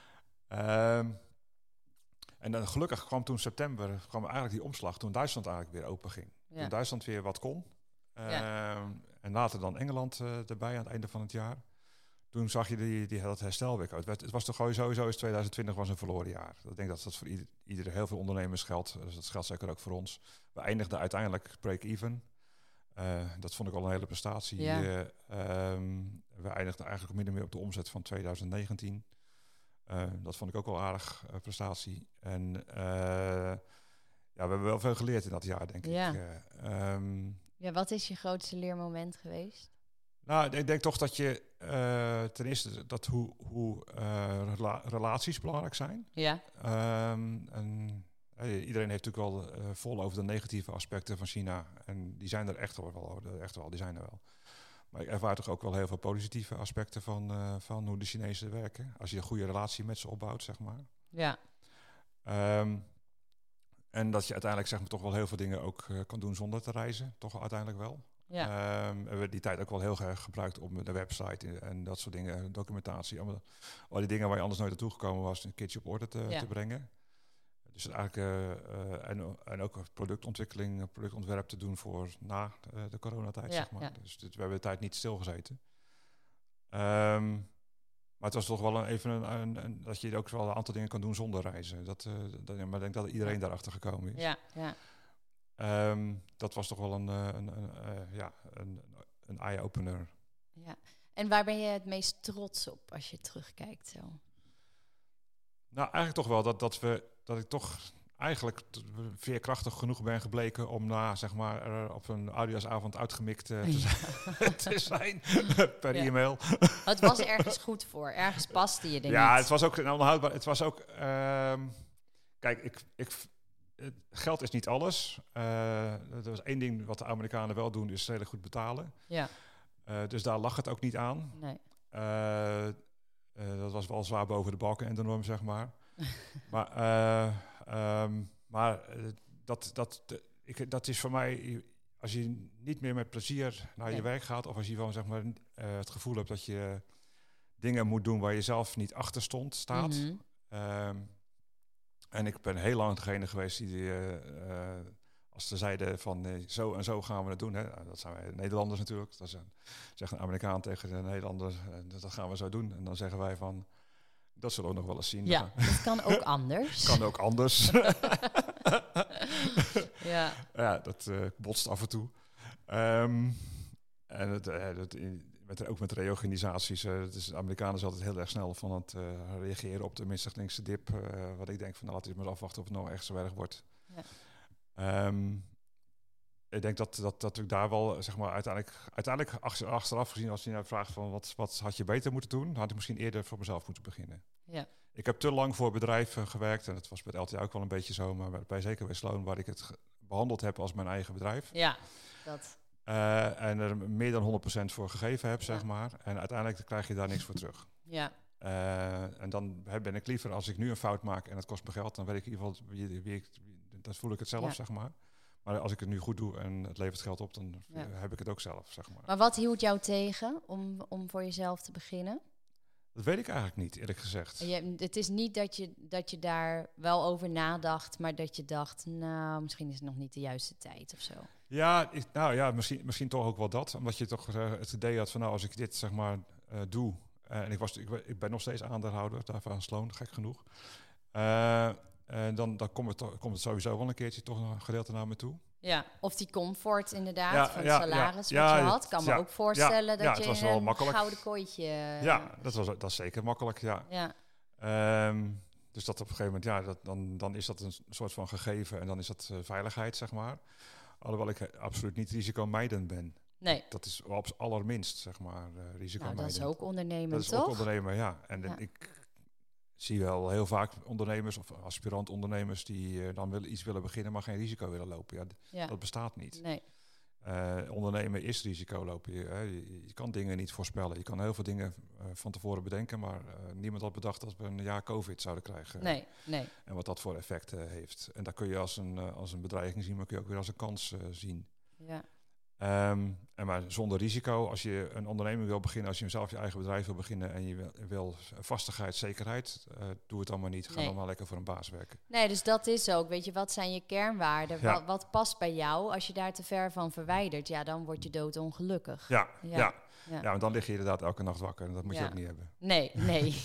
um, en dan gelukkig kwam toen september kwam eigenlijk die omslag toen Duitsland eigenlijk weer open ging. Ja. Toen Duitsland weer wat kon. Uh, ja. En later dan Engeland uh, erbij aan het einde van het jaar. Toen zag je die, die, dat herstel weer. Het, werd, het was toch gewoon sowieso, is twintig twintig was een verloren jaar. Ik denk dat dat voor ieder, iedere, heel veel ondernemers geldt. Dus dat geldt zeker ook voor ons. We eindigden uiteindelijk break-even. Uh, dat vond ik al een hele prestatie. Ja. Uh, um, we eindigden eigenlijk min of meer op de omzet van twintig negentien. Uh, dat vond ik ook wel aardig uh, prestatie. En uh, ja, we hebben wel veel geleerd in dat jaar, denk ja. ik. Uh, um, ja, wat is je grootste leermoment geweest? Nou, ik denk toch dat je uh, ten eerste dat hoe, hoe uh, rela- relaties belangrijk zijn. Ja. Um, en, uh, iedereen heeft natuurlijk wel uh, vol over de negatieve aspecten van China. En die zijn er echt wel, echt wel, die zijn er wel. Maar ik ervaar toch ook wel heel veel positieve aspecten van, uh, van hoe de Chinezen werken. Als je een goede relatie met ze opbouwt, zeg maar. Ja. Um, en dat je uiteindelijk zeg maar toch wel heel veel dingen ook uh, kan doen zonder te reizen. Toch uiteindelijk wel. Ja. Um, we hebben die tijd ook wel heel erg gebruikt om de website en dat soort dingen, documentatie, allemaal, al die dingen waar je anders nooit naartoe gekomen was, een keertje op orde te, ja. te brengen. Dus eigenlijk uh, uh, en, en ook productontwikkeling, productontwerp te doen voor na uh, de coronatijd, ja, zeg maar. Ja. Dus dit, we hebben de tijd niet stilgezeten. Um, maar het was toch wel een, even een, een, een, dat je ook wel een aantal dingen kan doen zonder reizen. Dat, uh, dat, maar ik denk dat iedereen daarachter gekomen is. Ja, ja. Um, dat was toch wel een, een, een, uh, ja, een, een eye-opener. Ja. En waar ben je het meest trots op als je terugkijkt zo? Nou, eigenlijk toch wel dat, dat, we, dat ik toch eigenlijk veerkrachtig genoeg ben gebleken om na, zeg maar, er op een oudejaarsavond uitgemikt uh, te, ja. zijn, te zijn per ja. e-mail. Het was ergens goed voor. Ergens paste je, denk ik. Ja, niet. Het was ook onhoudbaar. Het was ook... Uh, kijk, ik... ik geld is niet alles. Uh, er was één ding wat de Amerikanen wel doen, is redelijk goed betalen. Ja. Uh, dus daar lag het ook niet aan. Nee. Uh, uh, dat was wel zwaar boven de balken en de norm, zeg maar. maar uh, um, maar uh, dat, dat, de, ik, dat is voor mij, als je niet meer met plezier naar nee. je werk gaat, of als je gewoon zeg maar, uh, het gevoel hebt dat je dingen moet doen waar je zelf niet achter stond, staat. Mm-hmm. Um, En ik ben heel lang degene geweest die, uh, uh, als ze zeiden van uh, zo en zo gaan we het doen. Hè. Dat zijn wij Nederlanders natuurlijk. Dat een, zegt een Amerikaan tegen de Nederlander, uh, dat gaan we zo doen. En dan zeggen wij van, dat zullen we nog wel eens zien. Ja, dat kan ook anders. kan ook anders. ja. ja, dat uh, botst af en toe. Um, en het, uh, dat, met, ook met reorganisaties. Uh, het is, de Amerikanen zijn altijd heel erg snel van het uh, reageren op de minst linkse dip. Uh, wat ik denk van, nou, laten we maar afwachten of het nou echt zo erg wordt. Ja. Um, ik denk dat, dat, dat ik daar wel, zeg maar, uiteindelijk, uiteindelijk achter, achteraf gezien, als je nou vraagt van wat, wat had je beter moeten doen, had ik misschien eerder voor mezelf moeten beginnen. Ja. Ik heb te lang voor bedrijven gewerkt en dat was bij L T A ook wel een beetje zo, maar bij zeker bij Sloan, waar ik het ge- behandeld heb als mijn eigen bedrijf. Ja, dat... Uh, en er meer dan honderd procent voor gegeven heb, zeg ja. maar. En uiteindelijk krijg je daar niks voor terug. Ja. Uh, en dan ben ik liever, als ik nu een fout maak en het kost me geld, dan weet ik in ieder geval, wie, wie ik, dat voel ik het zelf, ja. zeg maar. Maar als ik het nu goed doe en het levert geld op, dan ja. heb ik het ook zelf, zeg maar. Maar wat hield jou tegen om, om voor jezelf te beginnen? Dat weet ik eigenlijk niet, eerlijk gezegd. Je, het is niet dat je, dat je daar wel over nadacht, maar dat je dacht, nou, misschien is het nog niet de juiste tijd of zo. Ja, ik, nou ja, misschien, misschien toch ook wel dat. Omdat je toch uh, het idee had van, nou, als ik dit, zeg maar, uh, doe. Uh, en ik, was, ik, ik ben nog steeds aandeelhouder daarvan aan Sloan, gek genoeg. Uh, uh, dan dan komt, het, to- komt het sowieso wel een keertje toch een gedeelte naar me toe. Ja, of die comfort inderdaad, ja, van ja, het salaris ja, wat ja, je had. Kan ja, me ook voorstellen ja, dat ja, je was in wel een makkelijk. gouden kooitje... Ja, dat, was, dat is zeker makkelijk, ja. ja. Um, dus dat op een gegeven moment, ja, dat, dan, dan is dat een soort van gegeven en dan is dat uh, veiligheid, zeg maar. Alhoewel ik absoluut niet risicomijdend ben. Nee. Dat is op het allerminst, zeg maar, uh, risicomijdend. Nou, dat is ook ondernemen, dat is toch? ook ondernemen, ja. En ja. ik zie wel heel vaak ondernemers of aspirant ondernemers die uh, dan willen, iets willen beginnen, maar geen risico willen lopen. Ja, d- ja. Dat bestaat niet. Nee. Uh, ondernemen is risico lopen. Je, uh, je, je kan dingen niet voorspellen. Je kan heel veel dingen uh, van tevoren bedenken, maar uh, niemand had bedacht dat we een jaar COVID zouden krijgen. Nee, nee. En wat dat voor effect uh, heeft. En daar kun je als een, uh, als een bedreiging zien, maar kun je ook weer als een kans uh, zien. Ja. Um, en maar zonder risico, als je een onderneming wil beginnen, als je zelf je eigen bedrijf wil beginnen en je wil, wil vastigheid, zekerheid, uh, doe het allemaal niet. Ga nee. dan maar lekker voor een baas werken. Nee, dus dat is ook, weet je, wat zijn je kernwaarden? Ja. Wat, wat past bij jou? Als je daar te ver van verwijdert, ja, dan word je doodongelukkig. Ja, ja. ja. ja. ja. ja want dan lig je inderdaad elke nacht wakker en dat moet ja. je ook niet hebben. Nee, nee.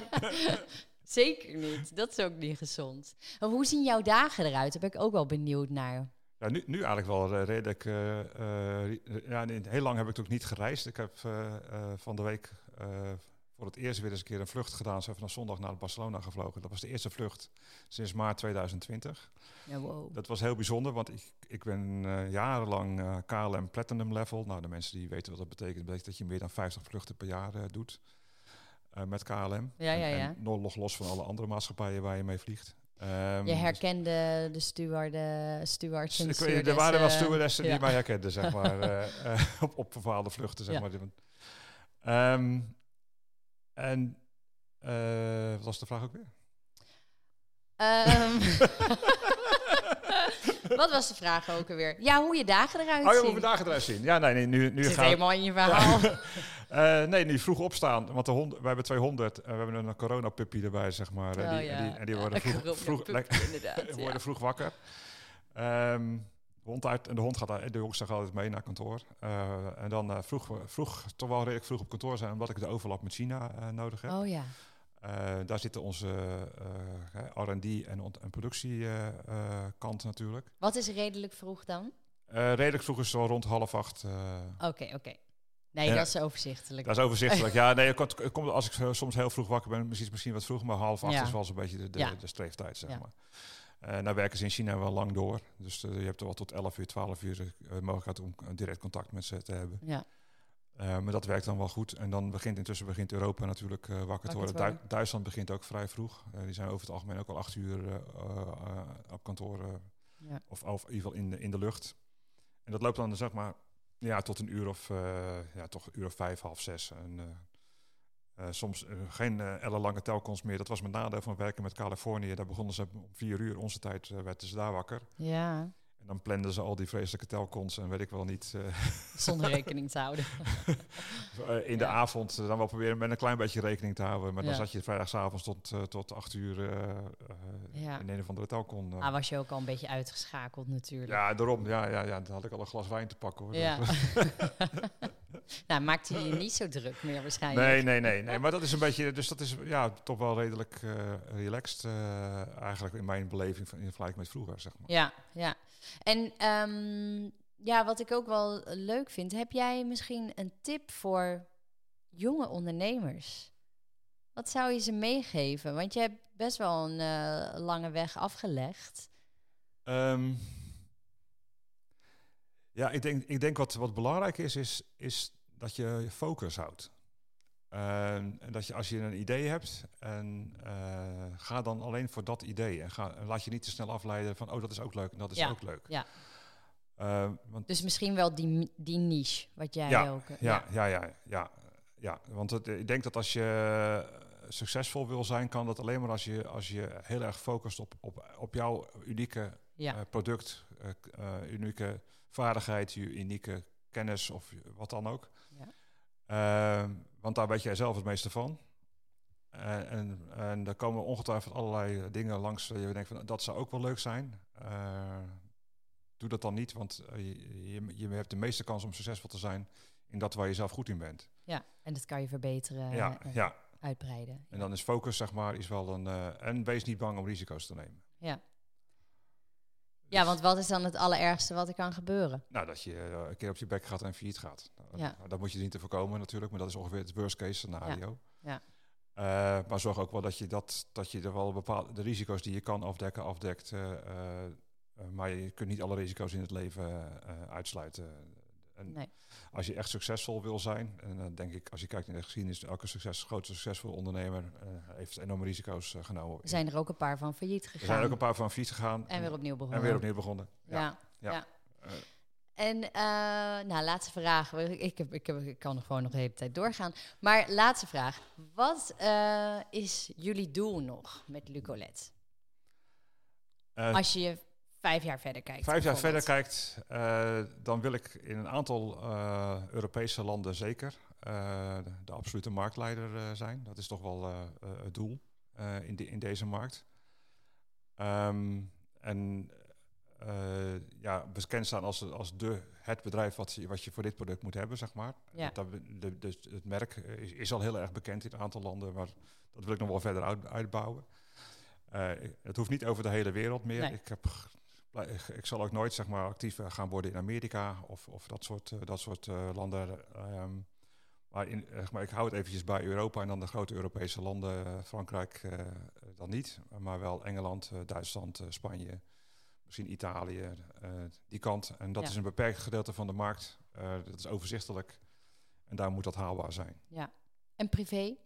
Zeker niet. Dat is ook niet gezond. Maar hoe zien jouw dagen eruit? Daar ben ik ook wel benieuwd naar. Ja, nu, nu eigenlijk wel uh, redelijk... Uh, uh, ja, heel lang heb ik ook niet gereisd. Ik heb uh, uh, van de week uh, voor het eerst weer eens een keer een vlucht gedaan. Ze hebben vanaf zondag naar Barcelona gevlogen. Dat was de eerste vlucht sinds maart tweeduizend twintig. Ja, wow. Dat was heel bijzonder, want ik, ik ben uh, jarenlang uh, K L M Platinum Level. Nou, de mensen die weten wat dat betekent, dat betekent dat je meer dan vijftig vluchten per jaar uh, doet uh, met K L M. Ja, ja, ja. En, en nog los van alle andere maatschappijen waar je mee vliegt. Um, je herkende de stewarden, stewards en dus, ik weet, er waren wel stewardessen ja. die mij herkenden, zeg maar, uh, uh, op, op bepaalde vluchten, zeg ja. maar. Um, en uh, wat was de vraag ook weer? Um, wat was de vraag ook alweer? Ja, hoe je dagen eruit oh, zien. Ja, hoe we dagen eruit zien. Ja, nee, nee nu, nu het zit gaat helemaal in je verhaal. uh, nee, nu vroeg opstaan, want de hond, we hebben tweehonderd en uh, we hebben een coronapuppy erbij, zeg maar. Oh, en, die, ja. en, die, en die worden ja, vroeg, vroeg, lekker, worden ja. vroeg wakker. Um, de hond uit, en de hond gaat, de jongste gaat altijd mee naar kantoor. Uh, en dan uh, vroeg, vroeg, toch wel redelijk vroeg op kantoor zijn, omdat ik de overlap met China uh, nodig heb. Oh ja. Uh, daar zitten onze uh, R en D en, en productiekant uh, uh, natuurlijk. Wat is redelijk vroeg dan? Uh, redelijk vroeg is zo rond half acht. Oké, uh, oké. Okay, okay. Nee, ja, dat is overzichtelijk. Dat is overzichtelijk. Ja, nee, komt, komt, als ik uh, soms heel vroeg wakker ben, misschien, misschien wat vroeg, maar half acht ja. is wel zo'n beetje de, de, ja. de streeftijd, zeg ja. maar. Uh, nou werken ze in China wel lang door. Dus uh, je hebt er wel tot elf uur, twaalf uur uh, mogelijkheid om uh, direct contact met ze te hebben. Ja. Uh, maar dat werkt dan wel goed. En dan begint intussen begint Europa natuurlijk uh, wakker te worden. Du- Duitsland begint ook vrij vroeg. Uh, die zijn over het algemeen ook al acht uur uh, uh, op kantoor. Uh, ja. Of, of in ieder geval in de, in de lucht. En dat loopt dan zeg maar ja, tot een uur of, uh, ja, toch een uur of vijf, half zes. En, uh, uh, soms uh, geen uh, ellenlange telcons meer. Dat was met nadeel van werken met Californië. Daar begonnen ze om vier uur onze tijd, uh, werden ze daar wakker. Ja. En dan planden ze al die vreselijke telcons en weet ik wel niet. Uh, Zonder rekening te houden. uh, in de ja. avond uh, dan wel proberen met een klein beetje rekening te houden. Maar ja. dan zat je vrijdagavond tot, uh, tot acht uur uh, uh, ja. in een of andere telcon. Uh. Ah, was je ook al een beetje uitgeschakeld natuurlijk. Ja, daarom. Ja, ja, ja, dan had ik al een glas wijn te pakken. Hoor. Ja. Nou, maakte je je niet zo druk meer waarschijnlijk. Nee, nee, nee, nee. Maar dat is een beetje, dus dat is ja, toch wel redelijk uh, relaxed uh, eigenlijk in mijn beleving van in vergelijking met vroeger, zeg maar. Ja, ja. En um, ja, wat ik ook wel leuk vind, heb jij misschien een tip voor jonge ondernemers? Wat zou je ze meegeven? Want je hebt best wel een uh, lange weg afgelegd. Um, ja, ik denk, ik denk wat, wat belangrijk is, is, is dat je je focus houdt. Uh, en dat je als je een idee hebt, en uh, ga dan alleen voor dat idee. En, ga, en laat je niet te snel afleiden van, oh, dat is ook leuk en dat is ja, ook leuk. Ja. Uh, want dus misschien wel die, die niche, wat jij ja, ook... Uh, ja, ja, ja, ja, ja, ja. Want het, ik denk dat als je succesvol wil zijn, kan dat alleen maar als je, als je heel erg focust op, op, op jouw unieke ja. uh, product, uh, uh, unieke vaardigheid, je unieke kennis of wat dan ook. Ja. Uh, want daar weet jij zelf het meeste van. Uh, en, en daar komen ongetwijfeld allerlei dingen langs. Je denkt van, dat zou ook wel leuk zijn. Uh, doe dat dan niet, want uh, je, je, je hebt de meeste kans om succesvol te zijn in dat waar je zelf goed in bent. Ja, en dat kan je verbeteren ja, en ja. uitbreiden. En ja. dan is focus, zeg maar, is wel een... Uh, en wees niet bang om risico's te nemen. Ja. Dus ja, want wat is dan het allerergste wat er kan gebeuren? Nou, dat je uh, een keer op je bek gaat en failliet gaat. Nou, ja. Dat moet je niet te voorkomen natuurlijk, maar dat is ongeveer het worst case scenario. Ja. Ja. Uh, maar zorg ook wel dat je, dat, dat je er wel bepaalde de risico's die je kan afdekken, afdekt. Uh, uh, uh, maar je kunt niet alle risico's in het leven uh, uitsluiten. En nee. Als je echt succesvol wil zijn, en dan denk ik, als je kijkt in de geschiedenis, elke succes, grote succesvolle ondernemer uh, heeft enorme risico's uh, genomen. Er zijn er ook een paar van failliet gegaan. Er zijn er ook een paar van failliet gegaan. En weer opnieuw begonnen. En weer opnieuw begonnen. Ja. ja. ja. ja. Uh, en uh, nou, laatste vraag. Ik, heb, ik, heb, ik kan nog gewoon nog de hele tijd doorgaan. Maar laatste vraag. Wat uh, is jullie doel nog met Lucolet? Uh, als je vijf jaar verder kijkt. Vijf jaar verder kijkt, uh, dan wil ik in een aantal uh, Europese landen zeker uh, de, de absolute marktleider uh, zijn. Dat is toch wel uh, uh, het doel uh, in, de, in deze markt. Um, en uh, ja, bekend staan als, als de, het bedrijf wat je, wat je voor dit product moet hebben, zeg maar. Ja. Dat, de, de, het merk is, is al heel erg bekend in een aantal landen, maar dat wil ik nog wel verder uit, uitbouwen. Uh, het hoeft niet over de hele wereld meer. Nee. Ik heb... Ik, ik zal ook nooit zeg maar, actief gaan worden in Amerika of, of dat soort, uh, dat soort uh, landen. Um, Maar, in, uh, maar ik hou het eventjes bij Europa en dan de grote Europese landen. Uh, Frankrijk uh, dan niet, maar wel Engeland, uh, Duitsland, uh, Spanje, misschien Italië, uh, die kant. En dat ja. is een beperkt gedeelte van de markt. Uh, dat is overzichtelijk en daar moet dat haalbaar zijn. Ja. En privé?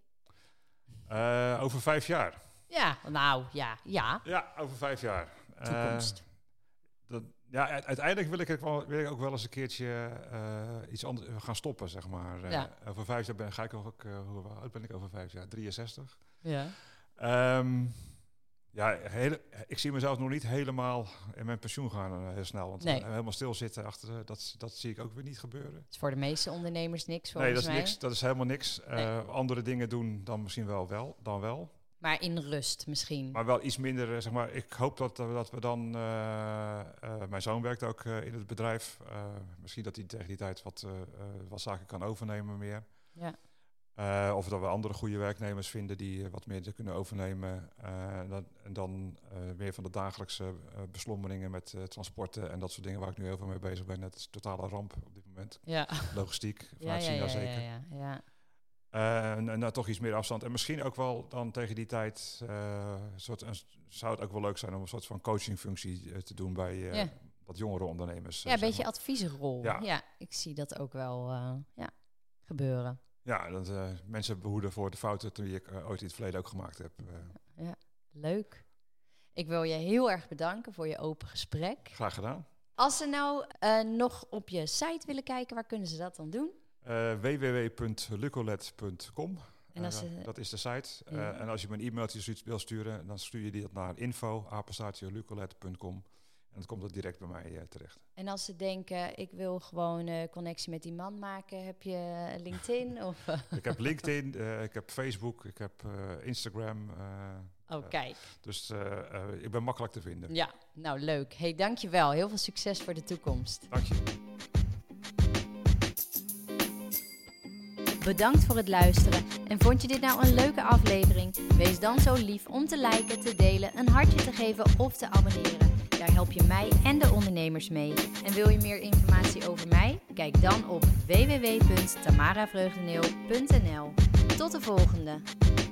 Uh, over vijf jaar. Ja, nou ja, ja. Ja, over vijf jaar. Toekomst. Uh, dat, ja, uiteindelijk wil ik, ook wel, wil ik ook wel eens een keertje uh, iets anders gaan stoppen, zeg maar. Uh, Ja. Over vijf jaar ben, ga ik ook, uh, hoe oud ben ik over vijf jaar? drieënzestig. Ja. Um, ja, hele, ik zie mezelf nog niet helemaal in mijn pensioen gaan uh, heel snel. Want Nee. uh, helemaal stilzitten achter, uh, dat, dat zie ik ook weer niet gebeuren. Dat is voor de meeste ondernemers niks, Nee, volgens dat is mij. niks. Dat is helemaal niks. Uh, Nee. Andere dingen doen dan misschien wel, wel, dan wel. Maar in rust misschien. Maar wel iets minder, uh, zeg maar. Ik hoop dat, uh, dat we dan... Uh, uh, mijn zoon werkt ook uh, in het bedrijf. Uh, misschien dat hij tegen die tijd wat, uh, uh, wat zaken kan overnemen meer. Ja. Uh, of dat we andere goede werknemers vinden die uh, wat meer kunnen overnemen. Uh, en dan, en dan uh, meer van de dagelijkse uh, beslommeringen met uh, transporten en dat soort dingen waar ik nu heel veel mee bezig ben. Het is een totale ramp op dit moment. Ja. Logistiek, Ja, vanuit ja, China ja, zeker. ja, ja, ja. Uh, en, en nou, toch iets meer afstand. En misschien ook wel dan tegen die tijd uh, soort, een, zou het ook wel leuk zijn om een soort van coachingfunctie uh, te doen bij uh, Ja. wat jongere ondernemers. Ja, een uh, zeg beetje maar. adviesrol. Ja. Ja. ik zie dat ook wel uh, ja, gebeuren. Ja, dat uh, mensen behoeden voor de fouten die ik uh, ooit in het verleden ook gemaakt heb. Uh. Ja, leuk. Ik wil je heel erg bedanken voor je open gesprek. Graag gedaan. Als ze nou uh, nog op je site willen kijken, waar kunnen ze dat dan doen? Uh, w w w punt lucolet punt com. En als uh, ze, dat is de site. Ja. Uh, en als je me een e-mailtje wil sturen, dan stuur je die dat naar info apenstaartje lucolet punt com. En dan komt het direct bij mij uh, terecht. En als ze denken, ik wil gewoon uh, connectie met die man maken, heb je LinkedIn? of, uh? Ik heb LinkedIn, uh, ik heb Facebook, ik heb uh, Instagram. Uh, oh, kijk. Uh, dus uh, uh, ik ben makkelijk te vinden. Ja, nou leuk. Hey, dankjewel. Heel veel succes voor de toekomst. Dank je. Bedankt voor het luisteren. En vond je dit nou een leuke aflevering? Wees dan zo lief om te liken, te delen, een hartje te geven of te abonneren. Daar help je mij en de ondernemers mee. En wil je meer informatie over mij? Kijk dan op w w w punt tamara vreugdeneel punt n l. Tot de volgende!